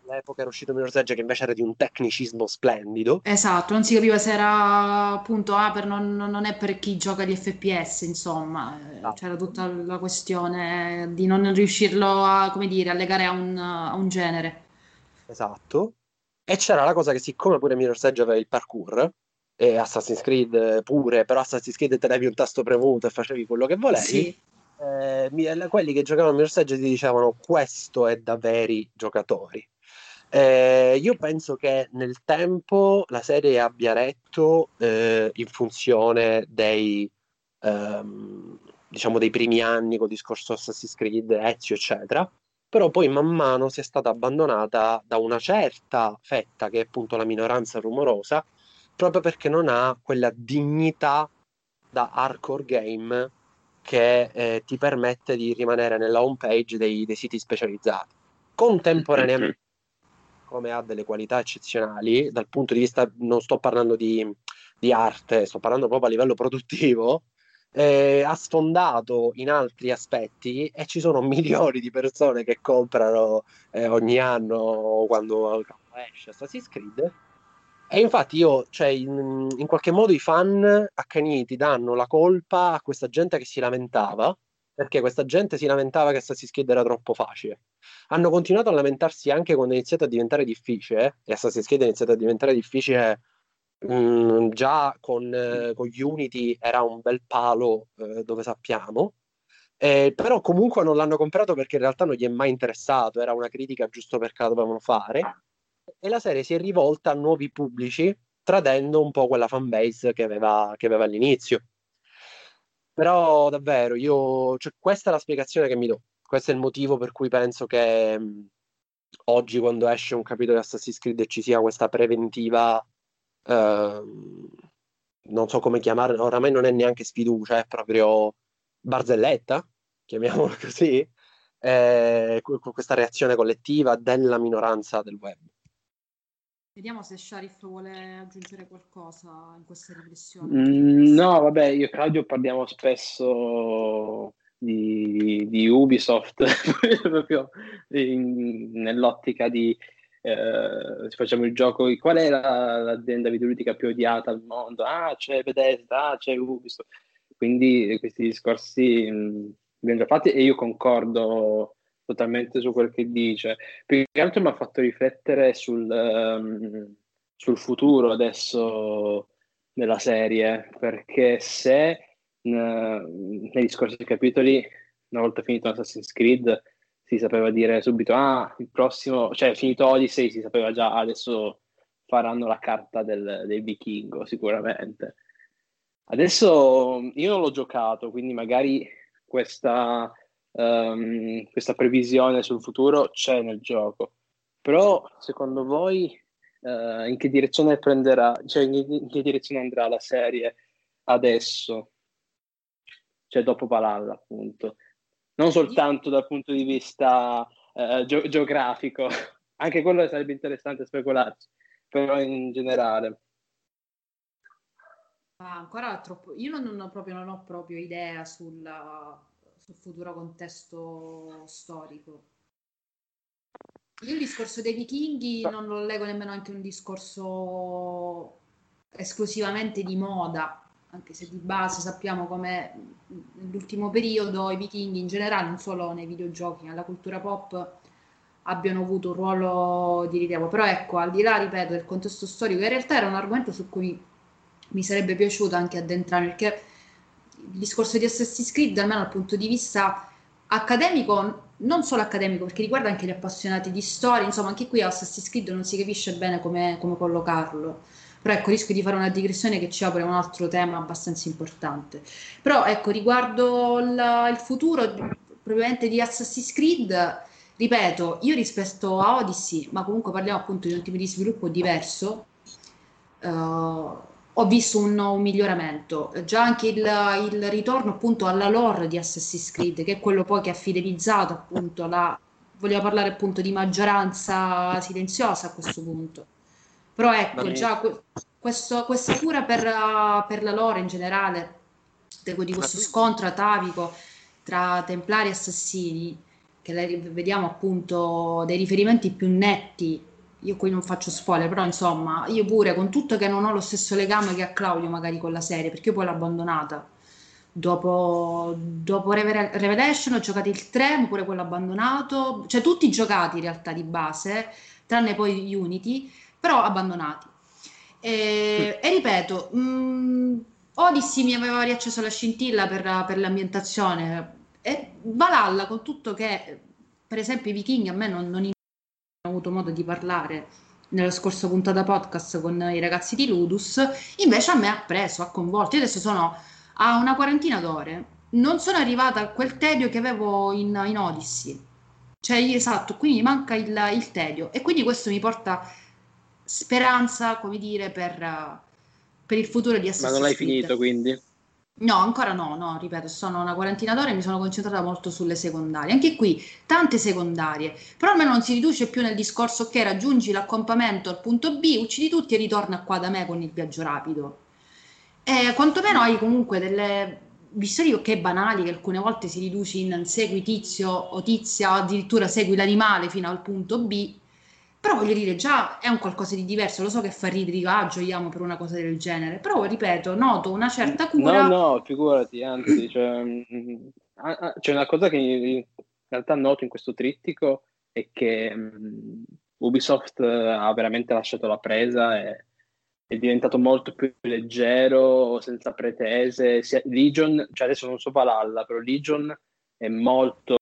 all'epoca era uscito Mirror's Edge che invece era di un tecnicismo splendido. Esatto, non si capiva se era appunto ah, per non, non è per chi gioca di F P S, insomma. Eh, c'era Esatto. tutta la questione di non riuscirlo a, come dire, a legare a un, a un genere. Esatto. E c'era la cosa che siccome pure Mirror's Edge aveva il parkour, e Assassin's Creed pure, però Assassin's Creed tenevi un tasto premuto e facevi quello che volevi, Sì. eh, mi- quelli che giocavano a Mirror's Edge ti dicevano questo è da veri giocatori. Eh, io penso che nel tempo la serie abbia retto eh, in funzione dei, ehm, diciamo, dei primi anni con il discorso Assassin's Creed, Ezio, eccetera, però poi man mano si è stata abbandonata da una certa fetta, che è appunto la minoranza rumorosa, proprio perché non ha quella dignità da hardcore game che eh, ti permette di rimanere nella home page dei, dei siti specializzati. Contemporaneamente, come ha delle qualità eccezionali, dal punto di vista, non sto parlando di, di arte, sto parlando proprio a livello produttivo, eh, ha sfondato in altri aspetti e ci sono milioni di persone che comprano eh, ogni anno quando esce Assassin's Creed. E infatti io, cioè, in, in qualche modo i fan accaniti danno la colpa a questa gente che si lamentava, perché questa gente si lamentava che Assassin's Creed era troppo facile. Hanno continuato a lamentarsi anche quando è iniziato a diventare difficile, e Assassin's Creed è iniziato a diventare difficile mh, già con, eh, con Unity, era un bel palo, eh, dove sappiamo. Eh, però comunque non l'hanno comprato perché in realtà non gli è mai interessato, era una critica giusto perché la dovevano fare. E la serie si è rivolta a nuovi pubblici, tradendo un po' quella fanbase che aveva, che aveva all'inizio. Però davvero, io, cioè, questa è la spiegazione che mi do. Questo è il motivo per cui penso che mh, oggi, quando esce un capitolo di Assassin's Creed, ci sia questa preventiva, ehm, non so come chiamarla, oramai non è neanche sfiducia, è proprio barzelletta, chiamiamola così, eh, que- questa reazione collettiva della minoranza del web. Vediamo se Sharif vuole aggiungere qualcosa in questa riflessione molto Mm, no, interessante. vabbè, io e Claudio parliamo spesso di, di Ubisoft, proprio in- nell'ottica di eh, se facciamo il gioco, qual è la- l'azienda videoludica più odiata al mondo? Ah, c'è Bethesda, ah, c'è Ubisoft. Quindi questi discorsi mh, abbiamo già fatti e io concordo totalmente su quel che dice. Più che altro mi ha fatto riflettere sul, ehm, sul futuro adesso della serie, perché se eh, negli scorsi capitoli, una volta finito Assassin's Creed, si sapeva dire subito, ah, il prossimo, cioè finito Odyssey, si sapeva già, adesso faranno la carta del, del vichingo, sicuramente. Adesso io non l'ho giocato, quindi magari questa, ehm, questa previsione sul futuro c'è nel gioco. Però, secondo voi, eh, in che direzione prenderà, cioè in, in che direzione andrà la serie adesso, cioè dopo Valhalla, appunto? Non Di- soltanto dal punto di vista eh, geo- geografico, anche quello sarebbe interessante specularci, però in generale. ah, ancora troppo. Io non, non ho proprio, non ho proprio idea sul, sul futuro contesto storico. Io il discorso dei vichinghi non lo leggo nemmeno anche un discorso esclusivamente di moda, anche se di base sappiamo come nell'ultimo periodo i vichinghi in generale, non solo nei videogiochi, nella cultura pop, abbiano avuto un ruolo di rilievo. Però ecco, al di là, ripeto, del contesto storico, in realtà era un argomento su cui mi sarebbe piaciuto anche addentrarmi, perché il discorso di Assassin's Creed, almeno dal punto di vista accademico, non solo accademico, perché riguarda anche gli appassionati di storia, insomma, anche qui a Assassin's Creed non si capisce bene come, come collocarlo. Però ecco, rischio di fare una digressione che ci apre un altro tema abbastanza importante. Però ecco, riguardo il, il futuro probabilmente di Assassin's Creed, ripeto, io rispetto a Odyssey, ma comunque parliamo appunto di un tipo di sviluppo diverso, eh, ho visto un, un miglioramento. Già anche il, il ritorno appunto alla lore di Assassin's Creed, che è quello poi che ha fidelizzato appunto la... Vogliamo parlare appunto di maggioranza silenziosa a questo punto. Però Ma ecco, mi, già que- questo- questa cura per, uh, per la lore in generale, di di ma questo tu scontro atavico tra templari e assassini, che le ri- vediamo appunto dei riferimenti più netti. Io qui non faccio spoiler, però insomma, io pure, con tutto che non ho lo stesso legame che ha Claudio magari con la serie, perché io poi l'ho abbandonata. Dopo, dopo Revel- Revelation ho giocato il tre, ma pure quello abbandonato, cioè tutti giocati in realtà di base, tranne poi Unity, però abbandonati. E, e ripeto, mh, Odyssey mi aveva riacceso la scintilla per, per l'ambientazione, e Valhalla, con tutto che, per esempio, i vichinghi a me non, non ho avuto modo di parlare nella scorsa puntata podcast con i ragazzi di Ludus, invece a me ha preso, ha coinvolto. Io adesso sono a una quarantina d'ore, non sono arrivata a quel tedio che avevo in, in Odyssey. Cioè, io- esatto, qui mi manca il, il tedio e quindi questo mi porta speranza, come dire, per, eh, per il futuro di Ma non l'hai Assassin's Creed. finito, quindi? No, ancora no, no, ripeto, sono una quarantina d'ore e mi sono concentrata molto sulle secondarie. Anche qui, tante secondarie, però almeno non si riduce più nel discorso che raggiungi l'accompagnamento al punto B, uccidi tutti e ritorna qua da me con il viaggio rapido. E quantomeno hai comunque delle missioni che banali, che alcune volte si riduce in segui tizio o tizia, o addirittura segui l'animale fino al punto B. Però voglio dire, già è un qualcosa di diverso, lo so che fa ridere, dico, ah, gioiamo per una cosa del genere, però ripeto, noto una certa No, cura. no, figurati, anzi, cioè, mh, ah, ah, c'è una cosa che in realtà noto in questo trittico è che mh, Ubisoft eh, ha veramente lasciato la presa e è diventato molto più leggero, senza pretese. Sia- Legion, cioè adesso non so Valhalla, però Legion è molto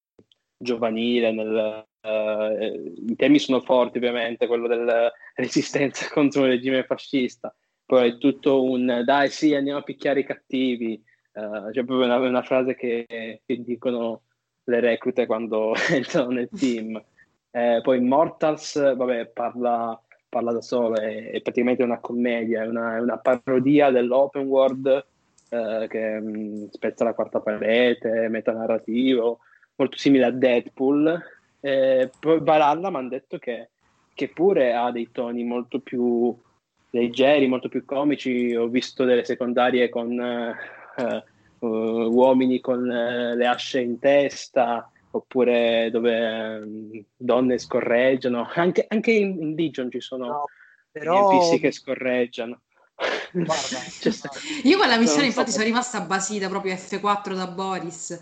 giovanile, nel, eh, i temi sono forti ovviamente, quello della resistenza contro un regime fascista, poi è tutto un dai sì andiamo a picchiare i cattivi, eh, c'è proprio una, una frase che, che dicono le reclute quando entrano nel team. Eh, poi Immortals, vabbè, parla, parla da solo, è, è praticamente una commedia, è una, è una parodia dell'open world eh, che mh, spezza la quarta parete, metanarrativo, molto simile a Deadpool. Eh, poi Valhalla mi hanno detto che, che pure ha dei toni molto più leggeri, molto più comici. Ho visto delle secondarie con eh, eh, uomini con eh, le asce in testa, oppure dove eh, donne scorreggiano. Anche, anche in, in Legion ci sono No, gli N P C però, che scorreggiano. guarda, Cioè, sta- Io quella missione non so infatti sono perché. rimasta basita proprio F quattro da Boris.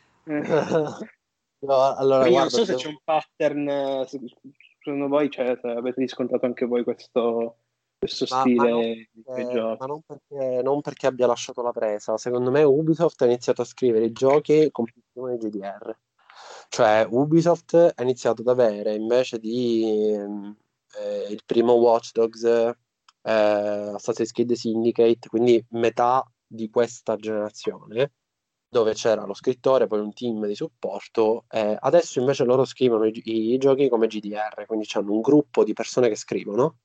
no, allora, Poi non guarda, so ti se c'è devo- un pattern, eh, se- secondo voi, cioè, se avete riscontrato anche voi questo, questo ma, ma non stile di quei perché, ma giochi. non perché- non perché abbia lasciato la presa. Secondo me Ubisoft ha iniziato a scrivere i giochi con più G D R. Cioè, Ubisoft ha iniziato ad avere, invece di ehm, eh, il primo Watch Dogs, eh, Assassin's Creed Syndicate, quindi metà di questa generazione, dove c'era lo scrittore, poi un team di supporto. Eh, adesso invece loro scrivono i, i giochi come G D R, quindi hanno un gruppo di persone che scrivono,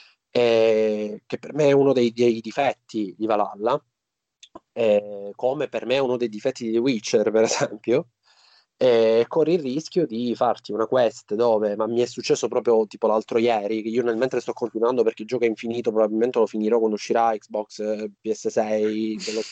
eh, che per me è uno dei, dei difetti di Valhalla, eh, come per me è uno dei difetti di The Witcher, per esempio. E corri il rischio di farti una quest dove, ma mi è successo proprio tipo l'altro ieri, che io nel mentre sto continuando perché il gioco è infinito, probabilmente lo finirò quando uscirà Xbox, eh, P S sei, quello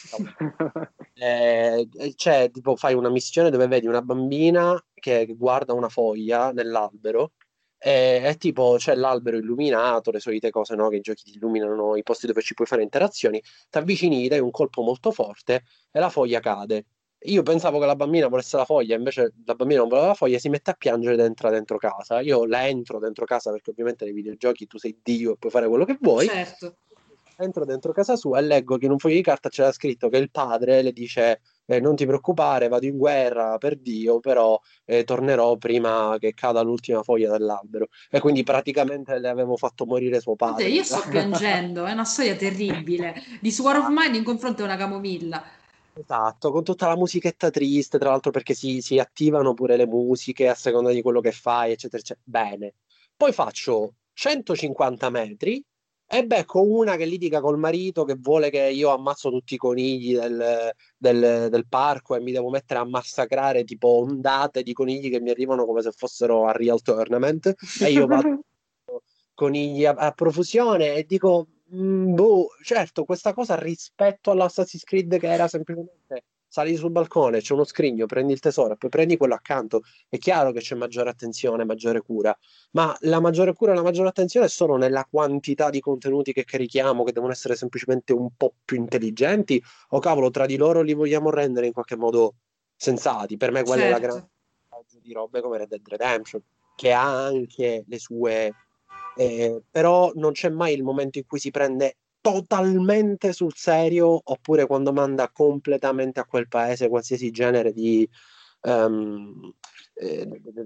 eh, c'è tipo fai una missione dove vedi una bambina che guarda una foglia nell'albero e è tipo c'è l'albero illuminato, le solite cose, no? Che i giochi ti illuminano i posti dove ci puoi fare interazioni, ti avvicini, dai un colpo molto forte e la foglia cade. Io pensavo che la bambina volesse la foglia, invece la bambina non voleva la foglia, si mette a piangere dentro, dentro casa. Io la entro dentro casa perché ovviamente nei videogiochi tu sei Dio e puoi fare quello che vuoi. Certo. Entro dentro casa sua e leggo che in un foglio di carta c'era scritto che il padre le dice eh, non ti preoccupare, vado in guerra per Dio, però eh, tornerò prima che cada l'ultima foglia dell'albero. E quindi praticamente le avevo fatto morire suo Oddio, padre. io sto piangendo, è una storia terribile. Di Sword of Mine in confronto a una camomilla. Esatto, con tutta la musichetta triste, tra l'altro perché si, si attivano pure le musiche a seconda di quello che fai, eccetera, eccetera. Bene. Poi faccio centocinquanta metri e becco una che litiga col marito che vuole che io ammazzo tutti i conigli del, del- del parco e mi devo mettere a massacrare tipo ondate di conigli che mi arrivano come se fossero a Real Tournament e io vado conigli a, a profusione e dico, mm, boh, certo, questa cosa rispetto all'Assassin's Creed che era semplicemente sali sul balcone, c'è uno scrigno, prendi il tesoro, poi prendi quello accanto. È chiaro che c'è maggiore attenzione, maggiore cura, ma la maggiore cura e la maggiore attenzione è solo nella quantità di contenuti che carichiamo, che devono essere semplicemente un po' più intelligenti, o cavolo, tra di loro li vogliamo rendere in qualche modo sensati. Per me quella è la grande Certo. di robe come Red Dead Redemption, che ha anche le sue... eh, però non c'è mai il momento in cui si prende totalmente sul serio, oppure quando manda completamente a quel paese qualsiasi genere di ehm, eh,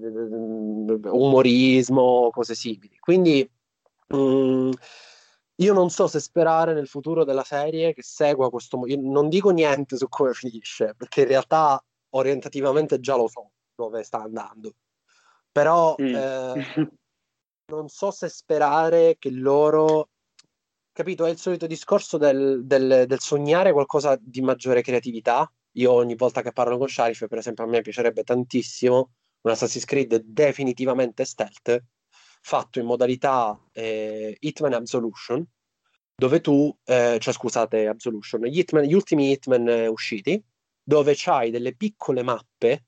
umorismo, cose simili. Quindi mh, io non so se sperare nel futuro della serie che segua questo. mo- Io non dico niente su come finisce, perché in realtà orientativamente già lo so dove sta andando. Però Mm. eh, non so se sperare che loro, capito, è il solito discorso del, del- del sognare qualcosa di maggiore creatività. Io ogni volta che parlo con Sharif, per esempio, a me piacerebbe tantissimo un Assassin's Creed definitivamente stealth, fatto in modalità eh, Hitman Absolution, dove tu, eh, cioè scusate, Absolution, gli, Hitman- gli ultimi Hitman eh, usciti, dove c'hai delle piccole mappe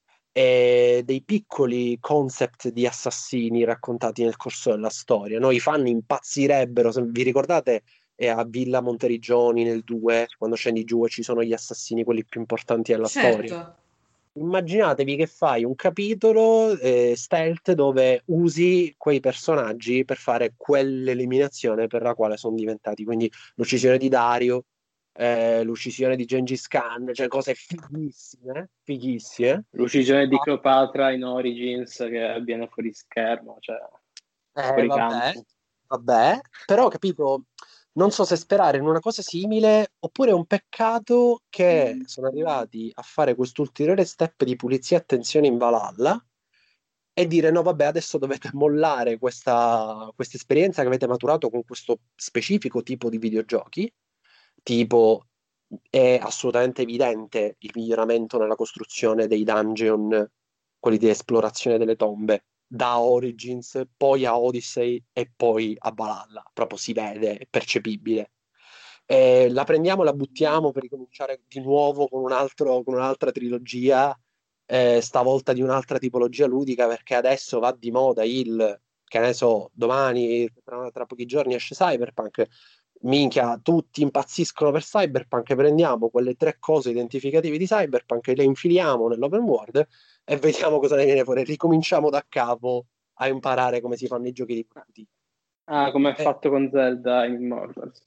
e dei piccoli concept di assassini raccontati nel corso della storia. No, i fan impazzirebbero, se vi ricordate, è a Villa Monteriggioni nel due, quando scendi giù e ci sono gli assassini, quelli più importanti della storia. Certo. Immaginatevi che fai un capitolo eh, stealth dove usi quei personaggi per fare quell'eliminazione per la quale sono diventati. Quindi l'uccisione di Dario, eh, l'uccisione di Gengis Khan, cioè cose fighissime, fighissime. L'uccisione di Cleopatra in Origins che avviene fuori schermo, cioè Eh, fuori vabbè, campo. vabbè, però capito, non so se sperare in una cosa simile oppure è un peccato che sono arrivati a fare quest'ulteriore step di pulizia e attenzione in Valhalla e dire no, vabbè, adesso dovete mollare questa questa esperienza che avete maturato con questo specifico tipo di videogiochi, tipo è assolutamente evidente il miglioramento nella costruzione dei dungeon, quelli di esplorazione delle tombe da Origins, poi a Odyssey e poi a Valhalla. Proprio si vede, è percepibile. Eh, la prendiamo e la buttiamo per ricominciare di nuovo con un altro- con un'altra trilogia, eh, stavolta di un'altra tipologia ludica, perché adesso va di moda il, che ne so, domani, tra, tra pochi giorni esce Cyberpunk. Minchia, tutti impazziscono per Cyberpunk, prendiamo quelle tre cose identificative di Cyberpunk e le infiliamo nell'open world e vediamo cosa ne viene fuori. Ricominciamo da capo a imparare come si fanno i giochi di tutti. Ah, come è Eh, fatto con Zelda Immortals.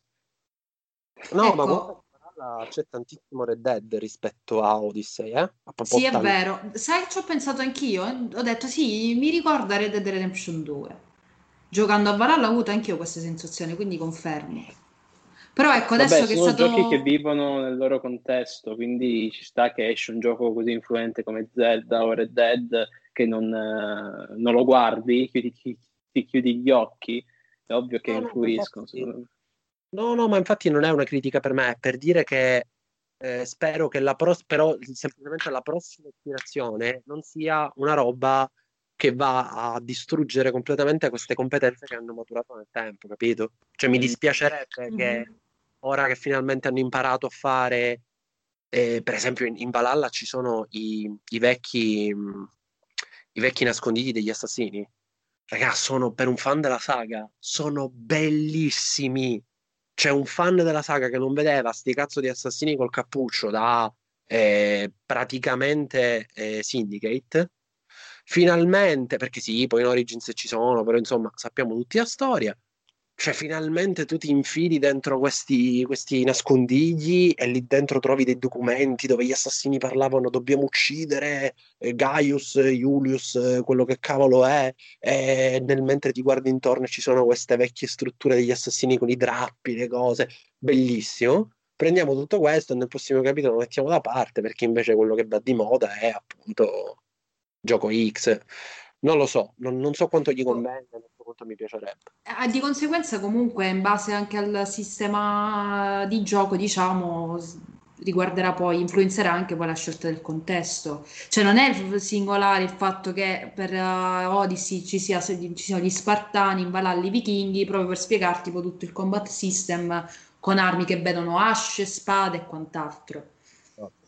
no, ma guarda Ecco, che Valhalla c'è tantissimo Red Dead rispetto a Odyssey, eh? Ha sì, proprio è tanto. vero. Sai, ci ho pensato anch'io. Ho detto sì, mi ricorda Red Dead Redemption due. Giocando a Valhalla ho avuto anch'io queste sensazioni, quindi confermo. Però ecco, Vabbè, adesso che è sono giochi che stato... vivono nel loro contesto, quindi ci sta che esce un gioco così influente come Zelda o Red Dead che non, eh, non lo guardi, chiudi- ti, ti chiudi gli occhi, è ovvio che No, no, ma influiscono, infatti, secondo me. no, no, ma infatti non è una critica per me, è per dire che eh, spero che la prossima, però semplicemente la prossima ispirazione non sia una roba che va a distruggere completamente queste competenze che hanno maturato nel tempo, capito? Cioè mi Mm. dispiacerebbe che Mhm. ora che finalmente hanno imparato a fare, eh, per esempio in, in Valhalla ci sono i, i vecchi, mh, i vecchi nascondigli degli assassini. Ragazzi, sono per un fan della saga, sono bellissimi. C'è un fan della saga che non vedeva sti cazzo di assassini col cappuccio da eh, praticamente eh, Syndicate. Finalmente, perché sì, poi in Origins ci sono, però insomma sappiamo tutti la storia. Cioè, finalmente tu ti infili dentro questi, questi nascondigli e lì dentro trovi dei documenti dove gli assassini parlavano: dobbiamo uccidere eh, Gaius, eh, Julius, eh, quello che cavolo è. E nel mentre ti guardi intorno ci sono queste vecchie strutture degli assassini con i drappi, le cose. Bellissimo. Prendiamo tutto questo e nel prossimo capitolo lo mettiamo da parte perché invece quello che va di moda è appunto gioco X. Non lo so, non, non so quanto gli convenga, non so quanto mi piacerebbe. Eh, Di conseguenza, comunque, in base anche al sistema di gioco, diciamo, s- riguarderà poi, influenzerà anche poi la scelta del contesto. Cioè, non è il singolare il fatto che per eh, Odyssey ci sia, ci siano gli Spartani, in Valhalla i Vichinghi, proprio per spiegarti poi tutto il combat system con armi che vedono asce, spade e quant'altro.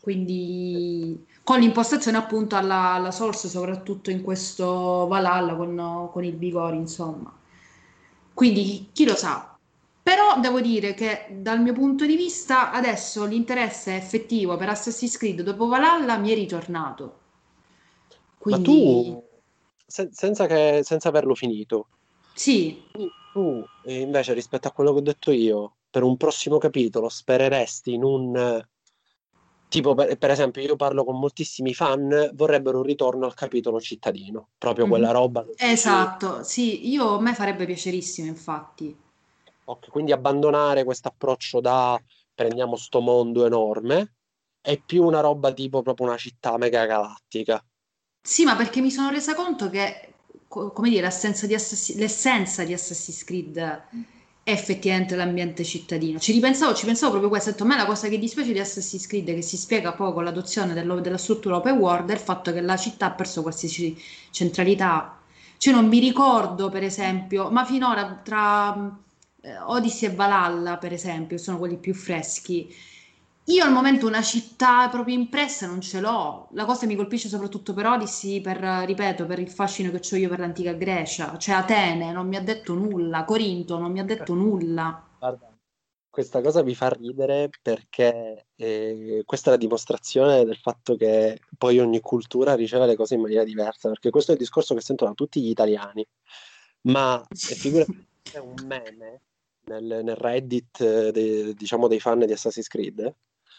quindi con l'impostazione appunto alla, alla Source, soprattutto in questo Valhalla con, con il Vigori, insomma. Quindi chi lo sa. Però devo dire che dal mio punto di vista adesso l'interesse effettivo per Assassin's Creed dopo Valhalla mi è ritornato. Ma Quindi tu, se- senza che, senza averlo finito, sì. tu, tu, eh, invece rispetto a quello che ho detto io, per un prossimo capitolo spereresti in un... Tipo, per, per esempio, io parlo con moltissimi fan, vorrebbero un ritorno al capitolo cittadino, proprio quella Mhm. roba che dici, Esatto, sì, io a me farebbe piacerissimo, infatti. ok, quindi abbandonare questo approccio da prendiamo sto mondo enorme, è più una roba tipo proprio una città mega galattica. Sì, ma perché mi sono resa conto che, co- come dire, l'essenza di Assassi- l'essenza di Assassin's Creed è effettivamente l'ambiente cittadino. Ci ripensavo, ci pensavo proprio questo. Ho detto, a me la cosa che dispiace di Assassin's Creed, che si spiega poco con l'adozione dello- della struttura open world, è il fatto che la città ha perso qualsiasi centralità. Cioè, non mi ricordo, per esempio, ma finora tra eh, Odyssey e Valhalla, per esempio, sono quelli più freschi. Io al momento una città proprio impressa non ce l'ho. La cosa mi colpisce soprattutto per Odyssey, per, eh, ripeto, per il fascino che ho io per l'antica Grecia. Cioè Atene non mi ha detto nulla, Corinto non mi ha detto nulla. Guarda, questa cosa mi fa ridere perché eh, questa è la dimostrazione del fatto che poi ogni cultura riceve le cose in maniera diversa, perché questo è il discorso che sento da tutti gli italiani, ma e figurati, c'è un meme nel, nel Reddit, eh, dei- diciamo dei fan di Assassin's Creed,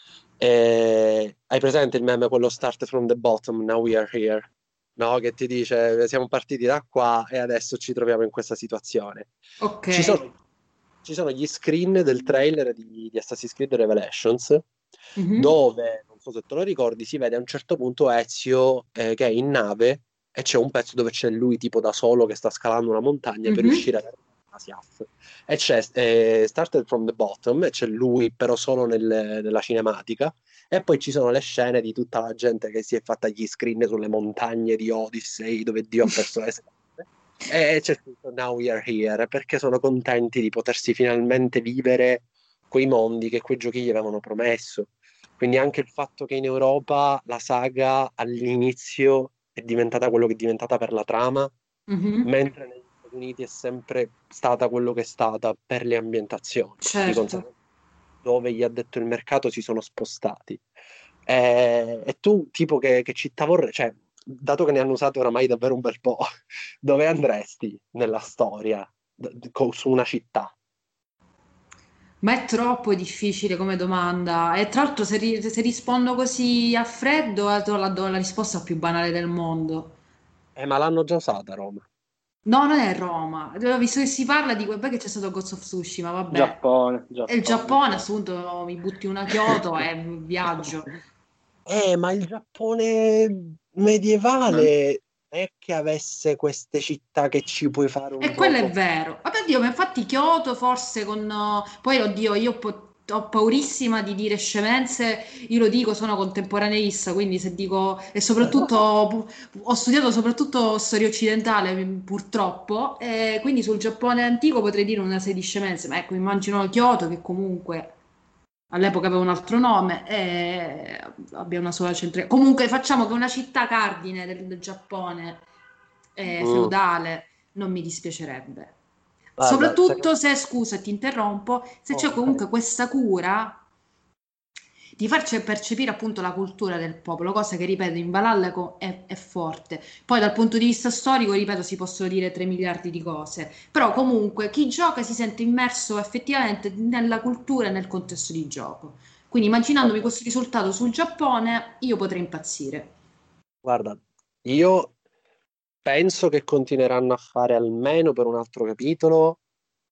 e hai presente il meme, quello start from the bottom, now we are here, no? Che ti dice siamo partiti da qua e adesso ci troviamo in questa situazione. Ok. Ci sono, ci sono gli screen del trailer di, di Assassin's Creed Revelations, Mhm, dove, non so se te lo ricordi, si vede a un certo punto Ezio eh, che è in nave e c'è un pezzo dove c'è lui tipo da solo che sta scalando una montagna per mhm. riuscire ad arrivare a Siaf. E c'è eh, Started from the Bottom, e c'è lui però solo nel- nella cinematica, e poi ci sono le scene di tutta la gente che si è fatta gli screen sulle montagne di Odyssey dove Dio ha perso le scarpe. E c'è scritto Now we are here perché sono contenti di potersi finalmente vivere quei mondi che quei giochi gli avevano promesso. Quindi anche il fatto che in Europa la saga all'inizio è diventata quello che è diventata per la trama, Mhm. mentre negli Stati Uniti è sempre stata quello che è stata per le ambientazioni. Di Certo. conseguenza, dove gli ha detto il mercato si sono spostati. E, e tu, tipo, che, che città vorrei, cioè, dato che ne hanno usato oramai davvero un bel po', dove andresti nella storia d- co- su una città? Ma è troppo difficile come domanda. E tra l'altro, se, ri- se rispondo così a freddo, eh, do la, do la risposta più banale del mondo. Eh, ma l'hanno già usata a Roma. No, non è Roma. Ho visto che si parla di quel che c'è stato Ghost of Tsushima, vabbè. Giappone, È il Giappone. Giappone, a questo punto mi butti una Kyoto e viaggio. Eh, ma il Giappone medievale è che avesse queste città che ci puoi fare un E quello è gioco. vero. Vabbè, Dio, ma infatti Kyoto forse con... eh, Poi, oddio, io ho, po- ho paurissima di dire scemenze, io lo dico, sono contemporaneista, quindi se dico... E soprattutto ho, ho studiato soprattutto storia occidentale, m- purtroppo, e quindi sul Giappone antico potrei dire una serie di scemenze, ma ecco, immagino Kyoto, che comunque all'epoca aveva un altro nome, e abbia una sola centrale. Comunque facciamo che una città cardine del, del Giappone eh, Mm, feudale non mi dispiacerebbe. guarda, secondo... Soprattutto se, scusa, ti interrompo, se c'è oh, vai. comunque questa cura di farci percepire appunto la cultura del popolo, cosa che, ripeto, in Valhalla co- è, è forte. Poi dal punto di vista storico, ripeto, si possono dire tre miliardi di cose, però comunque chi gioca si sente immerso effettivamente nella cultura e nel contesto di gioco. Quindi immaginandomi Guarda, questo risultato sul Giappone, io potrei impazzire. guarda, io penso che continueranno a fare almeno per un altro capitolo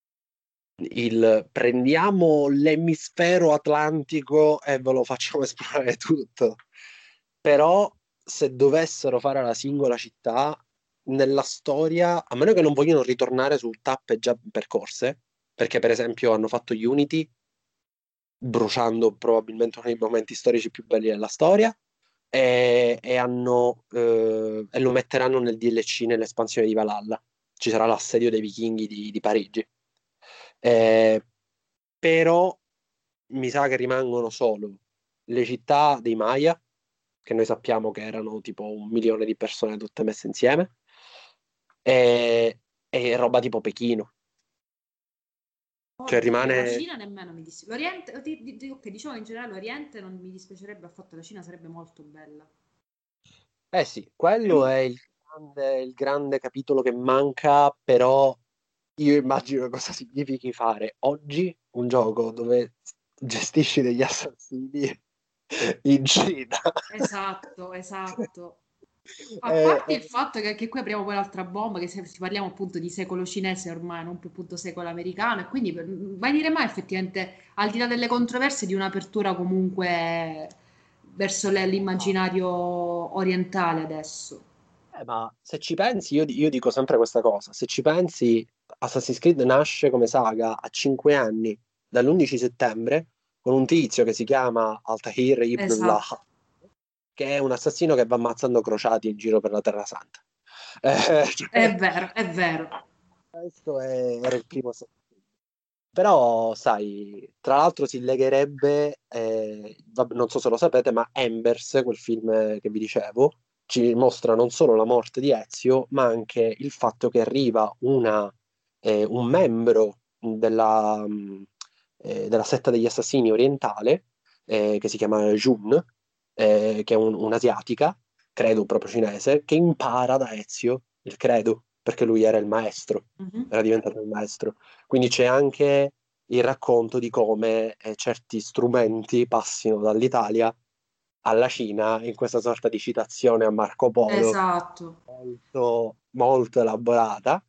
il prendiamo l'emisfero atlantico e ve lo facciamo esplorare tutto. Però se dovessero fare la singola città nella storia, a meno che non vogliono ritornare su tappe già percorse, perché per esempio hanno fatto Unity bruciando probabilmente uno dei momenti storici più belli della storia e, e hanno, eh, e lo metteranno nel D L C nell'espansione di Valhalla. Ci sarà l'assedio dei vichinghi di, di Parigi. Eh, però mi sa che rimangono solo le città dei Maya, che noi sappiamo che erano tipo un milione di persone tutte messe insieme, e, e roba tipo Pechino. Cioè Oddio, la rimane... Cina nemmeno mi dispiace. L'Oriente, di- di- di- ok, diciamo che in generale l'Oriente non mi dispiacerebbe affatto, la Cina sarebbe molto bella. Eh sì, quello è il grande, il grande capitolo che manca, però io immagino cosa significhi fare oggi un gioco dove gestisci degli assassini in Cina. Esatto, esatto. A Eh, parte il eh, fatto che anche qui apriamo poi l'altra bomba, che se se parliamo appunto di secolo cinese ormai, non più appunto secolo americano, e quindi per- vai a dire mai effettivamente, al di là delle controversie, di un'apertura comunque verso le- l'immaginario orientale adesso. eh, ma se ci pensi, io, io dico sempre questa cosa, se ci pensi, Assassin's Creed nasce come saga a cinque anni, dall'undici settembre, con un tizio che si chiama Altair ibn Esatto, Laha, che è un assassino che va ammazzando crociati in giro per la Terra Santa. Eh, è cioè, vero, è vero. questo è- era il primo Assassin's Creed. Però, sai, tra l'altro si legherebbe, eh, vabbè, non so se lo sapete, ma Embers, quel film che vi dicevo, ci mostra non solo la morte di Ezio, ma anche il fatto che arriva una, eh, un membro della, mh, eh, della setta degli assassini orientale, eh, che si chiama Jun, eh, che è un- un'asiatica, credo proprio cinese, che impara da Ezio il credo, perché lui era il maestro, Mhm. era diventato il maestro. Quindi c'è anche il racconto di come eh, certi strumenti passino dall'Italia alla Cina in questa sorta di citazione a Marco Polo Esatto. molto, molto elaborata.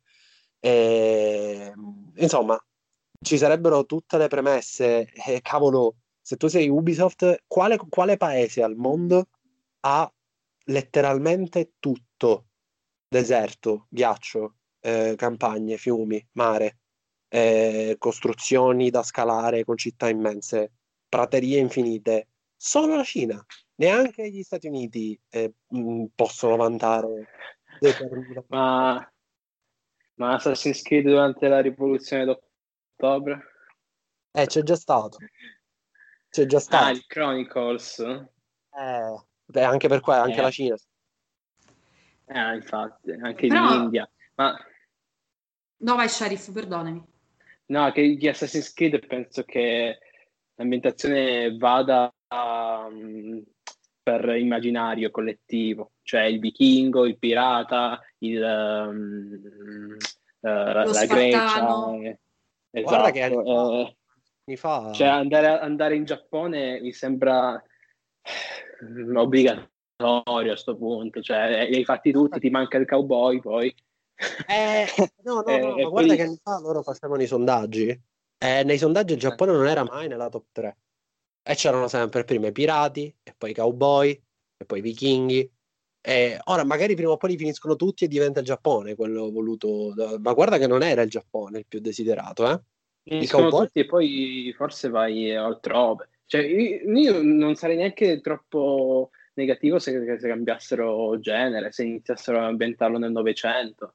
E, insomma, ci sarebbero tutte le premesse. E cavolo, se tu sei Ubisoft, quale, quale paese al mondo ha letteralmente tutto? Deserto, ghiaccio, eh, campagne, fiumi, mare, eh, costruzioni da scalare con città immense, praterie infinite. Solo la Cina, neanche gli Stati Uniti eh, mh, possono vantare determinati. Ma, ma Assassin's Creed durante la rivoluzione d'ottobre? Eh, c'è già stato, c'è già Ah, stato. il Chronicles. Eh, beh, anche per qua, anche la Eh, Cina. eh, infatti, anche in Però, India. Ma no, vai Sharif, perdonami. no, che di Assassin's Creed penso che l'ambientazione vada um, per immaginario collettivo, cioè il vichingo, il pirata, il, um, eh, la, Lo la Grecia, spartano. eh, Guarda che anni esatto. fa, eh, anni cioè fa, andare, andare in Giappone mi sembra eh, obbligatorio a sto punto, cioè li hai fatti tutti, guarda ti manca il cowboy poi. Eh, no, no, no, e, ma e guarda che poi anni fa loro facevano i sondaggi. E nei sondaggi il Giappone non era mai nella top tre. E c'erano sempre prima i pirati, e poi i cowboy, e poi i vichinghi. E ora magari prima o poi li finiscono tutti e diventa il Giappone quello voluto. da- Ma guarda che non era il Giappone il più desiderato, eh? I finiscono cowboy? tutti e poi forse vai altrove. Cioè, io, io non sarei neanche troppo negativo se, se cambiassero genere, se iniziassero a ambientarlo nel Novecento.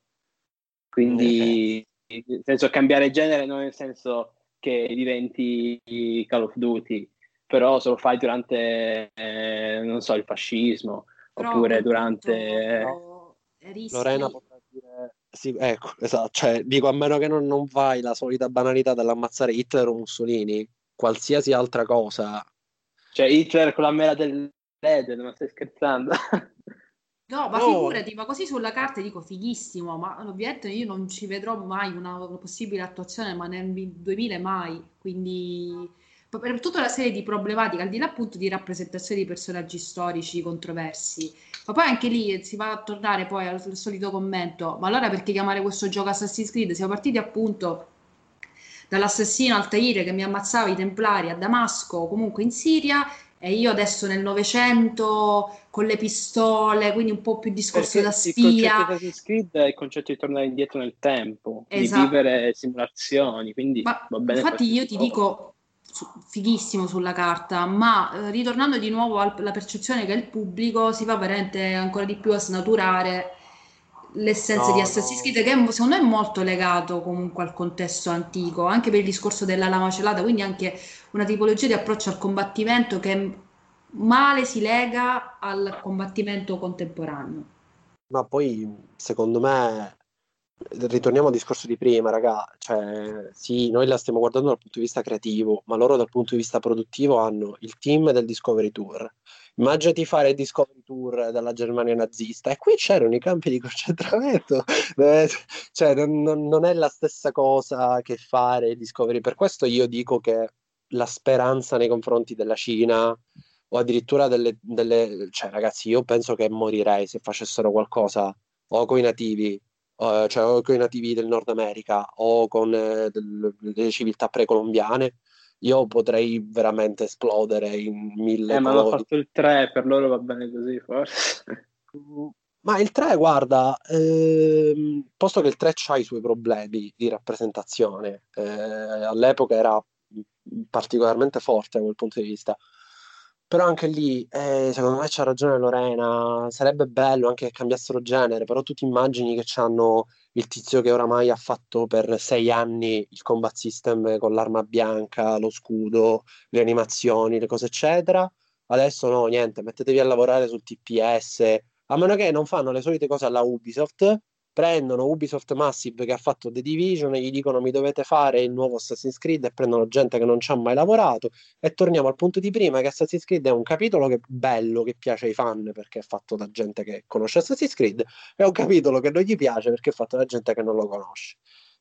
Eh, Quindi, nel senso, cambiare genere non nel senso che diventi Call of Duty, però se lo fai durante, eh, non so, il fascismo, Però a oppure quel però durante... punto Lorena rischi. potrà dire... Sì, ecco, esatto. Cioè, dico, a meno che non, non fai la solita banalità dell'ammazzare Hitler o Mussolini, qualsiasi altra cosa. Cioè, Hitler con la mela dell'Eden, ma stai scherzando? No, ma No, figurati, ma così sulla carta dico fighissimo, ma ovviamente io non ci vedrò mai una, una possibile attuazione, ma nel duemila mai, quindi per per tutta una serie di problematiche, al di là appunto di rappresentazione di personaggi storici controversi, ma poi anche lì si va a tornare poi al, al solito commento, ma allora perché chiamare questo gioco Assassin's Creed? Siamo partiti appunto dall'assassino Altair che mi ammazzava i templari a Damasco o comunque in Siria e io adesso nel Novecento con le pistole, quindi un po' più discorso da Perché il concetto spia. di Assassin's Creed è il concetto di tornare indietro nel tempo, di Esatto. vivere simulazioni, quindi Ma va bene infatti io qualsiasi ti cosa. dico su- fighissimo sulla carta, ma eh, ritornando di nuovo al- alla percezione che ha il pubblico, si va veramente ancora di più a snaturare l'essenza di no, Assassin's no. Creed, che è- secondo me è molto legato comunque al contesto antico, anche per il discorso della lama celata, quindi anche una tipologia di approccio al combattimento che male si lega al combattimento contemporaneo. Ma poi, secondo me, ritorniamo al discorso di prima, raga, cioè, sì, noi la stiamo guardando dal punto di vista creativo, ma loro dal punto di vista produttivo hanno il team del Discovery Tour. Immaginati fare il Discovery Tour dalla Germania nazista e qui c'erano i campi di concentramento. Eh, cioè, non, non- non è la stessa cosa che fare il Discovery. Per questo io dico che la speranza nei confronti della Cina o addirittura delle, delle... Cioè, ragazzi, io penso che morirei se facessero qualcosa o con i nativi, eh, cioè o con i nativi del Nord America o con eh, del- delle civiltà precolombiane. Io potrei veramente esplodere in mille Eh, ma hanno colori. fatto il tre, per loro va bene così, forse. Ma il tre, guarda, ehm, posto che il tre c'ha i suoi problemi di rappresentazione, eh, all'epoca era particolarmente forte da quel punto di vista. Però anche lì, eh, secondo me c'ha ragione Lorena, sarebbe bello anche che cambiassero genere, però tu ti immagini che c'hanno il tizio che oramai ha fatto per sei anni il combat system con l'arma bianca, lo scudo, le animazioni, le cose eccetera. Adesso no, niente, mettetevi a lavorare sul T P S, a meno che non fanno le solite cose alla Ubisoft, prendono Ubisoft Massive che ha fatto The Division e gli dicono mi dovete fare il nuovo Assassin's Creed e prendono gente che non ci ha mai lavorato e torniamo al punto di prima che Assassin's Creed è un capitolo che bello, che piace ai fan perché è fatto da gente che conosce Assassin's Creed, è un capitolo che non gli piace perché è fatto da gente che non lo conosce.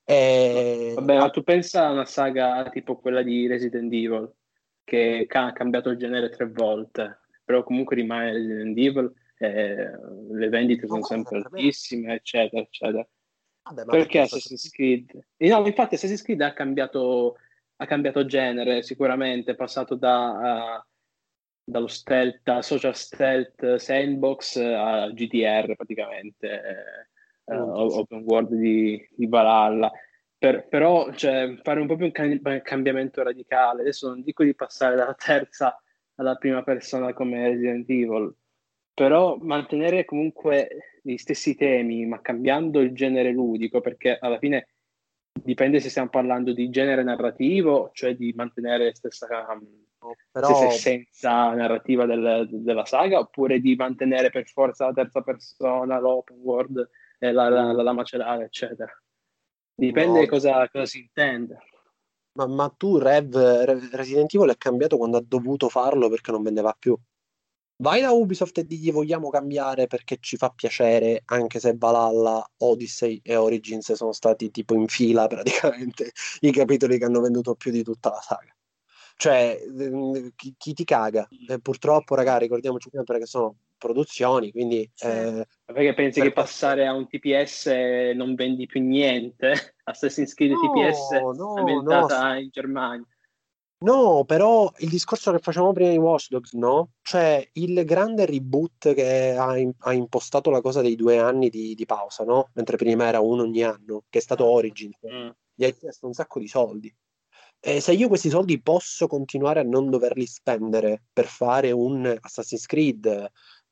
E... Vabbè, ma ah, tu pensa a una saga tipo quella di Resident Evil, che ca- ha cambiato il genere tre volte, però comunque rimane Resident Evil, eh, le vendite ma sono quello sempre sempre meno. altissime, eccetera, eccetera. Vabbè, ma perché Perché Assassin's Assassin's Creed? Eh, No, infatti Assassin's Creed ha cambiato, ha cambiato genere, sicuramente, è passato da, eh, dallo stealth, da social stealth sandbox a G T R praticamente, eh, eh, Creed? open world di, di Valhalla. Per- però cioè, fare un po' più un cam- cambiamento radicale. Adesso non dico di passare dalla terza alla prima persona come Resident Evil, però mantenere comunque gli stessi temi, ma cambiando il genere ludico, perché alla fine dipende se stiamo parlando di genere narrativo, cioè di mantenere la stessa, No, stessa però essenza narrativa del- della saga, oppure di mantenere per forza la terza persona, l'open world, e la, la, mm, la lama celare, eccetera. Dipende no, cosa, cosa si intende. ma, ma tu Rev, Re- Resident Evil è cambiato quando ha dovuto farlo perché non vendeva più. Vai da Ubisoft e digli vogliamo cambiare perché ci fa piacere, anche se Valhalla, Odyssey e Origins sono stati tipo in fila praticamente i capitoli che hanno venduto più di tutta la saga. Cioè, ehm, chi, chi ti caga? E purtroppo, ragazzi, ricordiamoci sempre che sono produzioni, quindi Certo. eh, Perché pensi per che questo... passare a un T P S non vendi più niente? Assassin's Creed T P S è No, no, no, ambientata in Germania. no, però il discorso che facevamo prima di Watch Dogs, no? Cioè il grande reboot che ha, im- ha impostato la cosa dei due anni di, di pausa, no? Mentre prima era uno ogni anno, che è stato Certo. Origins, Mm. gli hai chiesto un sacco di soldi. E se io questi soldi posso continuare a non doverli spendere per fare un Assassin's Creed,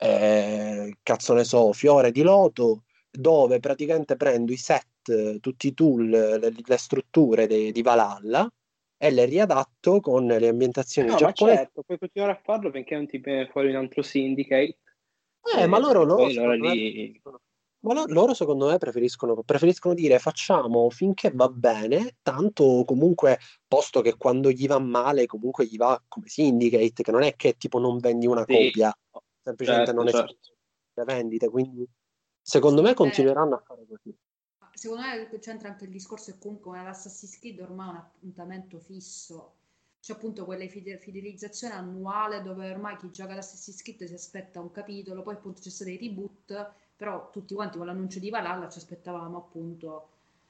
eh, cazzo ne so, Fiore di Loto, dove praticamente prendo i set, tutti i tool, le, le strutture de- di Valhalla e le riadatto con le ambientazioni No, ma giapponesi. certo, puoi continuare a farlo finché non ti viene fuori un altro Syndicate, Eh, ma e, loro, e loro poi allora secondo me lì... preferiscono, ma lo- loro secondo me preferiscono, preferiscono dire facciamo finché va bene, tanto comunque, posto che quando gli va male, comunque gli va come Syndicate, che non è che tipo non vendi una Sì, copia, semplicemente certo, non certo. esiste le vendite, quindi secondo me Eh, continueranno a fare così. Secondo me c'entra anche il discorso che comunque l'Assassin's Creed ormai è un appuntamento fisso. C'è appunto quella fide- fidelizzazione annuale dove ormai chi gioca ad Assassin's Creed si aspetta un capitolo, poi appunto c'è stato i reboot, però tutti quanti con l'annuncio di Valhalla ci aspettavamo appunto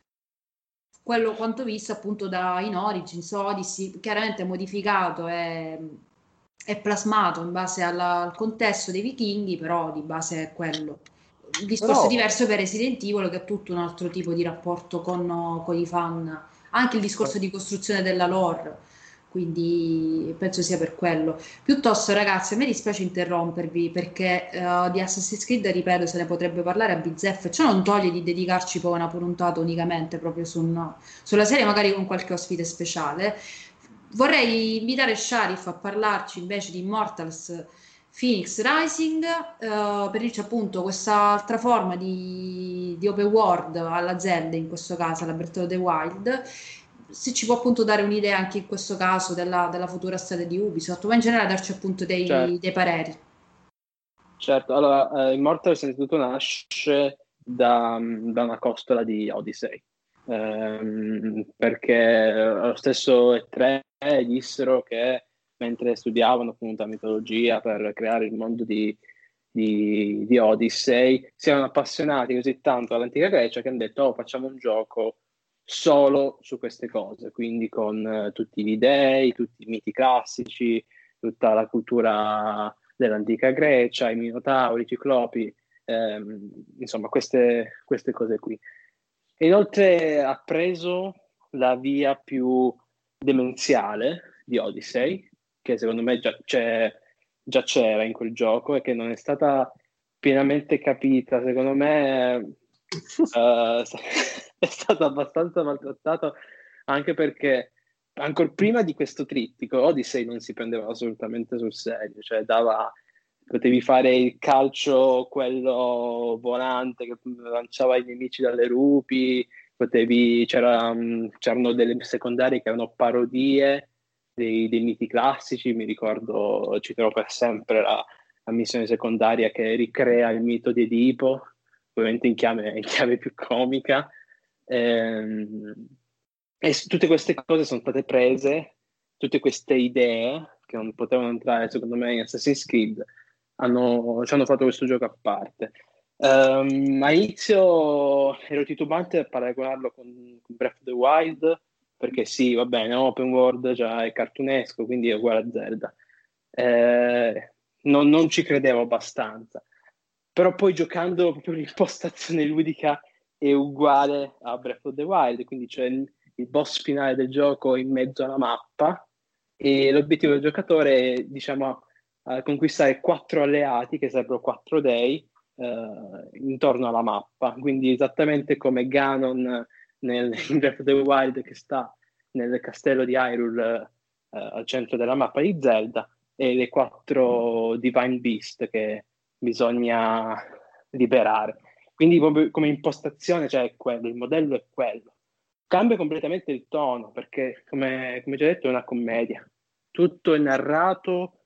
quello quanto visto appunto da in Origins, Odyssey, chiaramente modificato e, e plasmato in base alla- al contesto dei vichinghi, però di base è quello. Il discorso è Però, diverso per Resident Evil che ha tutto un altro tipo di rapporto con, con i fan, anche il discorso di costruzione della lore, quindi penso sia per quello. Piuttosto, ragazzi, a me dispiace interrompervi perché eh, di Assassin's Creed, ripeto, se ne potrebbe parlare a bizzeffe. Ciò non toglie di dedicarci poi una puntata unicamente proprio su una- sulla serie, magari con qualche ospite speciale. vorrei invitare Sharif a parlarci invece di Immortals Phoenix Rising, eh, per dirci appunto questa altra forma di, di open world alla Zelda, in questo caso alla Breath of the Wild, se ci può appunto dare un'idea anche in questo caso della, della futura storia di Ubisoft, ma in generale darci appunto dei, Certo, dei pareri. certo. Allora, eh, Immortals innanzitutto nasce da, da una costola di Odyssey, ehm, perché lo stesso E tre dissero che mentre studiavano appunto la mitologia per creare il mondo di, di, di Odyssey, si erano appassionati così tanto all'antica Grecia che hanno detto: oh, facciamo un gioco solo su queste cose, quindi con eh, tutti gli dei, tutti i miti classici, tutta la cultura dell'antica Grecia, i minotauri, i ciclopi, ehm, insomma queste, queste cose qui. E inoltre ha preso la via più demenziale di Odyssey, che secondo me già, c'è, già c'era in quel gioco e che non è stata pienamente capita. Secondo me eh, è stato abbastanza maltrattato, anche perché ancora prima di questo trittico Odyssey non si prendeva assolutamente sul serio, cioè dava, potevi fare il calcio quello volante che lanciava i nemici dalle rupi, potevi, c'era, mh, c'erano delle secondarie che erano parodie dei, dei miti classici. Mi ricordo, citerò per sempre la, la missione secondaria che ricrea il mito di Edipo, ovviamente in chiave, in chiave più comica. Ehm, e s- tutte queste cose sono state prese, tutte queste idee che non potevano entrare, secondo me, in Assassin's Creed, hanno, ci hanno fatto questo gioco a parte. Ehm, a inizio ero titubante a paragonarlo con, con Breath of the Wild, perché sì, va bene, open world, già è cartunesco, quindi è uguale a Zelda. Eh, non, non ci credevo abbastanza. Però poi giocando proprio l'impostazione ludica è uguale a Breath of the Wild, quindi c'è il, il boss finale del gioco in mezzo alla mappa e l'obiettivo del giocatore è, diciamo, eh, conquistare quattro alleati, che sarebbero quattro dei, eh, intorno alla mappa, quindi esattamente come Ganon nel, in Breath of the Wild, che sta nel castello di Hyrule, eh, al centro della mappa di Zelda, e le quattro Divine Beast che bisogna liberare. Quindi proprio come impostazione, cioè, è quello, il modello è quello. Cambia completamente il tono, perché come, come già detto è una commedia. Tutto è narrato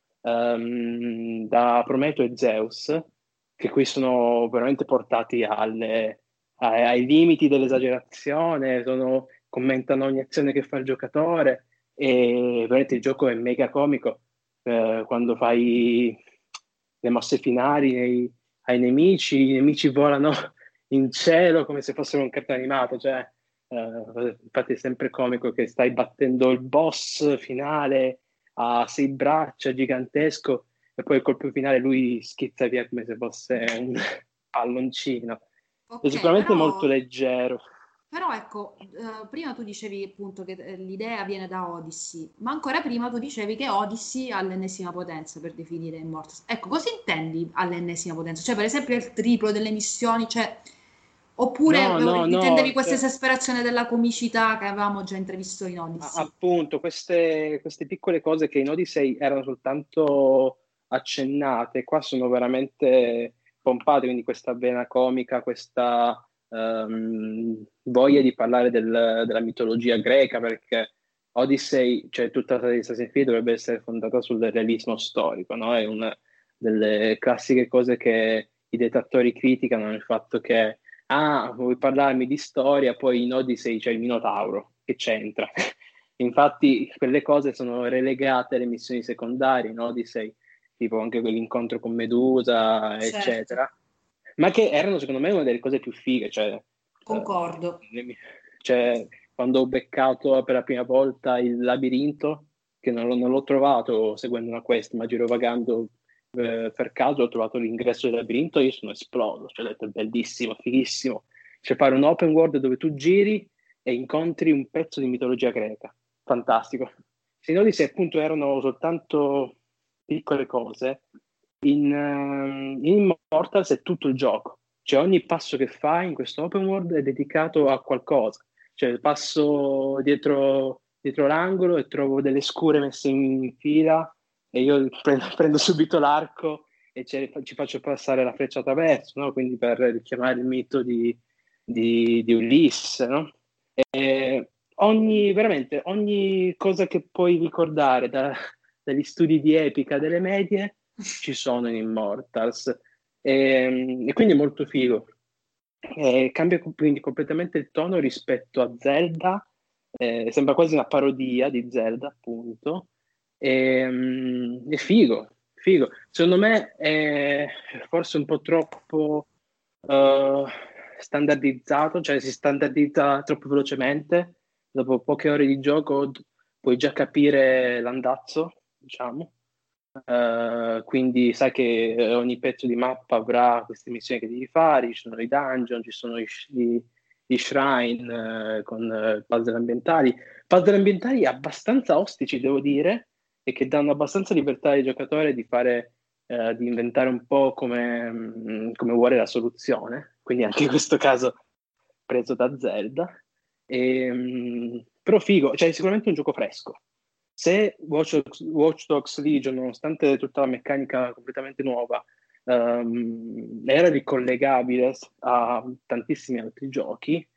ehm, da Prometeo e Zeus, che qui sono veramente portati alle, ai, ai limiti dell'esagerazione, sono, commentano ogni azione che fa il giocatore, e veramente il gioco è mega comico. Eh, quando fai le mosse finali ai, ai nemici, i nemici volano in cielo come se fossero un cartone animato, cioè, eh, infatti è sempre comico che stai battendo il boss finale a sei braccia, gigantesco, e poi il colpo finale lui schizza via come se fosse un palloncino. È Ok, sicuramente molto però leggero. Però ecco, eh, prima tu dicevi appunto che eh, l'idea viene da Odyssey, ma ancora prima tu dicevi che Odyssey ha l'ennesima potenza per definire Immortals. Ecco, cosa intendi all'ennesima potenza? Cioè, per esempio, il triplo delle missioni, cioè, oppure No, eh, no, intendevi no, questa cioè, esasperazione della comicità che avevamo già intravisto in A- Odyssey? appunto, queste, queste piccole cose che in Odyssey erano soltanto accennate, qua sono veramente pompate, quindi questa vena comica, questa ehm, voglia di parlare del- della mitologia greca, perché Odyssey, cioè tutta la saga di Assassin's Creed, dovrebbe essere fondata sul realismo storico, no? È una delle classiche cose che i detrattori criticano, il fatto che, ah, vuoi parlarmi di storia, poi in Odyssey c'è il Minotauro, che c'entra? Infatti, quelle cose sono relegate alle missioni secondarie in Odyssey, tipo anche quell'incontro con Medusa, Certo, eccetera, ma che erano secondo me una delle cose più fighe. Cioè, concordo. eh, cioè, quando ho beccato per la prima volta il labirinto, che non, l'ho non l'ho trovato seguendo una quest, ma girovagando eh, per caso, ho trovato l'ingresso del labirinto, io sono esploso, cioè ho detto è bellissimo, fighissimo. Cioè fare un open world dove tu giri e incontri un pezzo di mitologia greca. Fantastico. Se in Odyssey appunto erano soltanto piccole cose, in, ehm, in Immortals è tutto il gioco. Cioè ogni passo che fai in questo open world è dedicato a qualcosa. Cioè il passo dietro dietro l'angolo e trovo delle scure messe in fila e io prendo, prendo subito l'arco e ci, ci faccio passare la freccia attraverso, no? Quindi per richiamare il mito di, di, di Ulisse, no? E ogni, veramente, ogni cosa che puoi ricordare da, dagli studi di epica delle medie ci sono in Immortals. E, e quindi è molto figo. E cambia quindi completamente il tono rispetto a Zelda, eh, sembra quasi una parodia di Zelda, appunto. E, mm, è figo, figo. Secondo me è forse un po' troppo uh, standardizzato, cioè si standardizza troppo velocemente. Dopo poche ore di gioco d- puoi già capire l'andazzo, diciamo. Uh, quindi sai che eh, ogni pezzo di mappa avrà queste missioni che devi fare, ci sono i dungeon, ci sono i, i, i shrine eh, con eh, puzzle ambientali, puzzle ambientali abbastanza ostici, devo dire, e che danno abbastanza libertà al giocatore di fare, eh, di inventare un po' come, mh, come vuole la soluzione, quindi anche in questo caso preso da Zelda. E, mh, però figo, cioè sicuramente un gioco fresco. Se Watch Dogs, Watch Dogs Legion, nonostante tutta la meccanica completamente nuova, um, era ricollegabile a tantissimi altri giochi,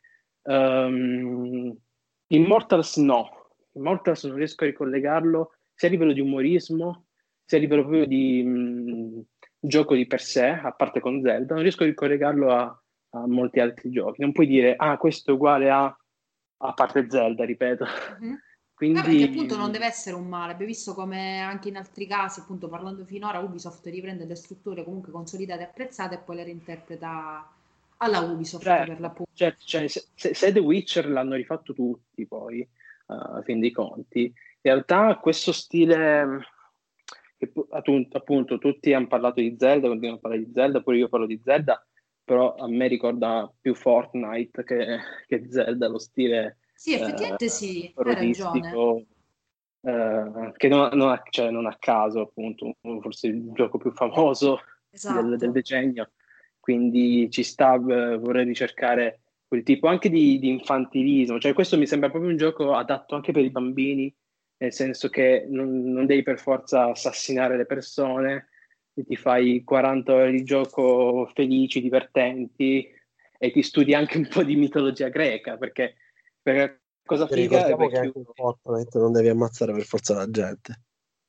um, Immortals no. Immortals non riesco a ricollegarlo sia a livello di umorismo, sia a livello proprio di mh, gioco di per sé, a parte con Zelda, non riesco a ricollegarlo a, a molti altri giochi. Non puoi dire, ah, questo è uguale a, a parte Zelda, ripeto. Mm-hmm. Vabbè, che appunto non Quindi deve essere un male, abbiamo visto come anche in altri casi, appunto parlando finora, Ubisoft riprende le strutture comunque consolidate e apprezzate e poi le reinterpreta alla Ubisoft per certo, l'appunto. certo, cioè, se, se The Witcher l'hanno rifatto tutti poi, uh, a fin dei conti, in realtà questo stile, che appunto, appunto tutti hanno parlato di Zelda, continuano a parlare di Zelda, pure io parlo di Zelda, però a me ricorda più Fortnite che, che Zelda, lo stile Sì, uh, effettivamente sì, hai ragione. parodistico, uh, che non, non, a, cioè, non a caso, appunto, forse il gioco più famoso del, del Esatto. decennio, quindi ci sta, eh, vorrei ricercare quel tipo anche di, di infantilismo, cioè questo mi sembra proprio un gioco adatto anche per i bambini, nel senso che non, non devi per forza assassinare le persone, ti fai quaranta ore di gioco felici, divertenti e ti studi anche un po' di mitologia greca, perché, perché la cosa figa è Ricordiamo che che anche in Fortnite non devi ammazzare per forza la gente.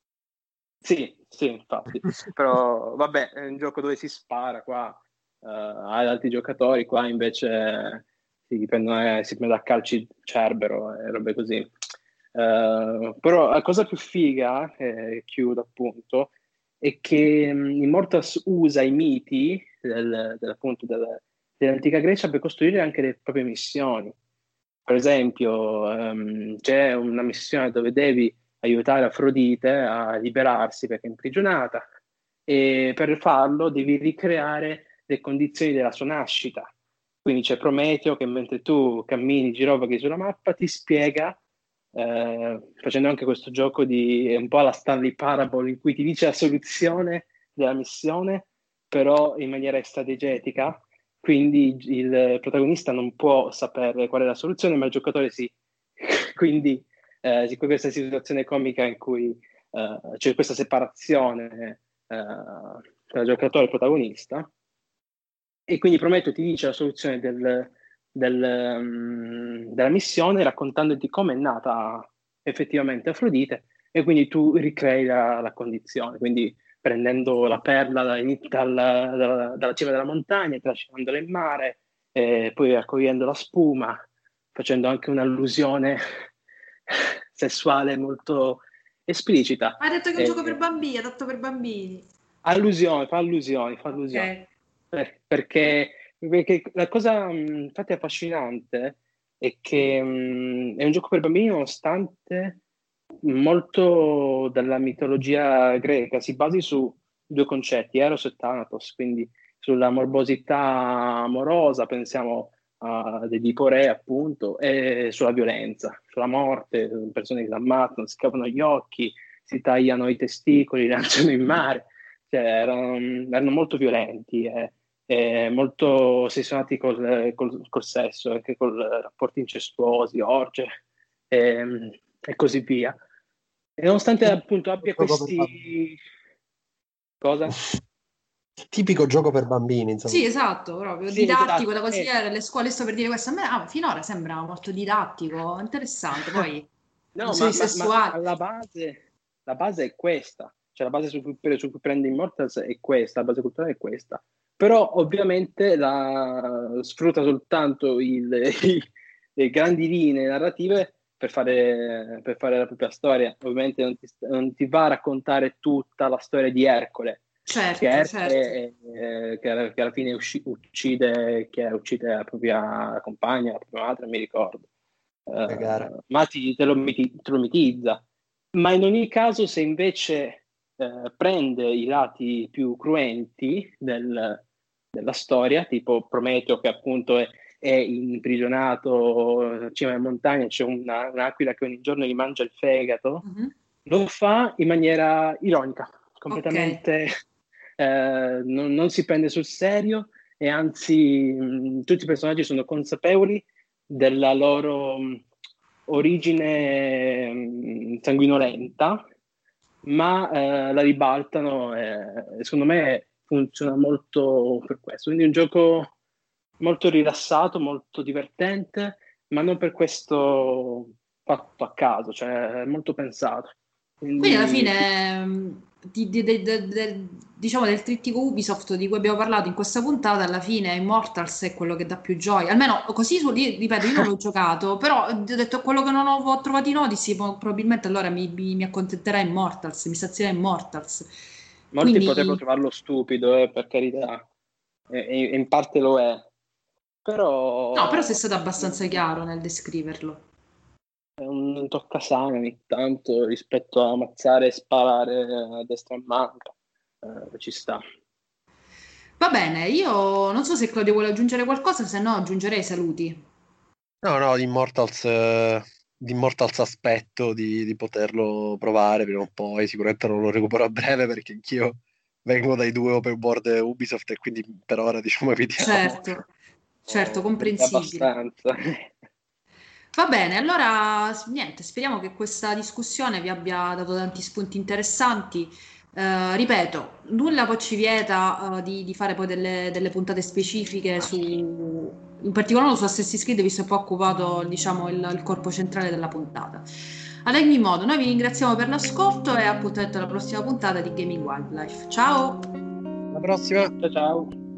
sì, sì, infatti, però vabbè, è un gioco dove si spara qua, uh, ad altri giocatori, qua invece si prendono, eh, si prende a calci Cerbero e robe così. Uh, però la cosa più figa, e chiudo appunto, è che um, Immortals usa i miti del, del, appunto, del, dell'antica Grecia per costruire anche le proprie missioni. Per esempio, um, c'è una missione dove devi aiutare Afrodite a liberarsi perché è imprigionata e per farlo devi ricreare le condizioni della sua nascita. Quindi c'è Prometeo che mentre tu cammini, girovaghi sulla mappa, ti spiega, eh, facendo anche questo gioco di un po' alla Stanley Parable in cui ti dice la soluzione della missione, però in maniera estrategetica. Quindi il protagonista non può sapere qual è la soluzione, ma il giocatore sì. Quindi eh, siccome questa situazione comica in cui eh, c'è questa separazione eh, tra giocatore e protagonista, e quindi Prometeo ti dice la soluzione del, del, um, della missione raccontandoti come è nata effettivamente Afrodite e quindi tu ricrei la, la condizione, quindi prendendo la perla dalla, dalla, dalla, dalla cima della montagna, trascinandola in mare, e poi raccogliendo la spuma, facendo anche un'allusione sessuale molto esplicita. Hai detto che è un gioco per Eh, bambini, adatto per bambini. allusioni, fa allusioni, fa Ok. allusioni. Eh, perché, perché la cosa mh, infatti affascinante è che mh, è un gioco per bambini nonostante molto dalla mitologia greca si basi su due concetti, Eros e Thanatos, quindi sulla morbosità amorosa, pensiamo a Edipo Re appunto, e sulla violenza, sulla morte, persone che si ammazzano, si scappano gli occhi, si tagliano i testicoli, li lanciano in mare, cioè erano, erano molto violenti e, e molto ossessionati col, col, col sesso, anche con rapporti incestuosi, orge. E, e così via. E nonostante appunto abbia questi... Cosa? Tipico gioco per bambini, insomma. Sì, esatto, proprio Sì, didattico esatto. da consigliare Eh. alle scuole. Sto per dire questo, a me ah, finora sembra molto didattico, interessante. Poi No, non ma, sono i ma, ma sessuali. alla base, la base è questa, cioè la base su cui, su cui prende Immortals è questa, la base culturale è questa. Però ovviamente la, sfrutta soltanto il, i, le grandi linee narrative per fare, per fare la propria storia. Ovviamente non ti, non ti va a raccontare tutta la storia di Ercole, Certo, che, Ercole certo. è, è, che, che alla fine usci, uccide, che uccide la propria compagna, la propria madre, non mi ricordo. Uh, ma ti, te, lo miti, te lo mitizza. Ma in ogni caso, se invece eh, prende i lati più cruenti del, della storia, tipo Prometeo che appunto è, è imprigionato cima in montagna, c'è una, un'aquila che ogni giorno gli mangia il fegato, Mm-hmm. lo fa in maniera ironica, completamente Okay. eh, non, non si prende sul serio e anzi mh, tutti i personaggi sono consapevoli della loro mh, origine mh, sanguinolenta, ma eh, la ribaltano e secondo me funziona molto per questo. Quindi è un gioco molto rilassato, molto divertente, ma non per questo fatto a caso, cioè molto pensato. Quindi alla Quindi fine, mh, di- di- de- de- de- diciamo del trittico Ubisoft di cui abbiamo parlato in questa puntata, alla fine Immortals è quello che dà più gioia. Almeno così, su, ri- ripeto, io non l'ho giocato, però eh, ho detto quello che non ho, ho trovato in Odyssey, po- probabilmente allora mi, mi, mi accontenterà Immortals, mi sazierà Immortals. molti potrebbero Quindi, trovarlo stupido, eh, per carità, e, e in parte lo è, no, però sei però stato abbastanza mm, chiaro nel descriverlo. è un toccasana ogni tanto rispetto a ammazzare e sparare a destra e a manca. Eh, ci sta. Va bene, io non so se Claudio vuole aggiungere qualcosa, se no aggiungerei i saluti. No, no, di Immortals, eh, di Immortals aspetto di, di poterlo provare prima o poi. Sicuramente non lo recupero a breve perché anch'io vengo dai due open world Ubisoft e quindi per ora, diciamo, evitiamo. Certo, certo, Oh, comprensibile. abbastanza. Va bene, allora s- niente, speriamo che questa discussione vi abbia dato tanti spunti interessanti. Eh, ripeto, nulla poi ci vieta, eh, di, di fare poi delle, delle puntate specifiche su, in particolare su Assassin's Creed, visto che poi ha occupato, diciamo, il, il corpo centrale della puntata. Ad ogni modo, noi vi ringraziamo per l'ascolto e appuntamento alla prossima puntata di Gaming Wildlife. Ciao! Alla prossima! Ciao ciao.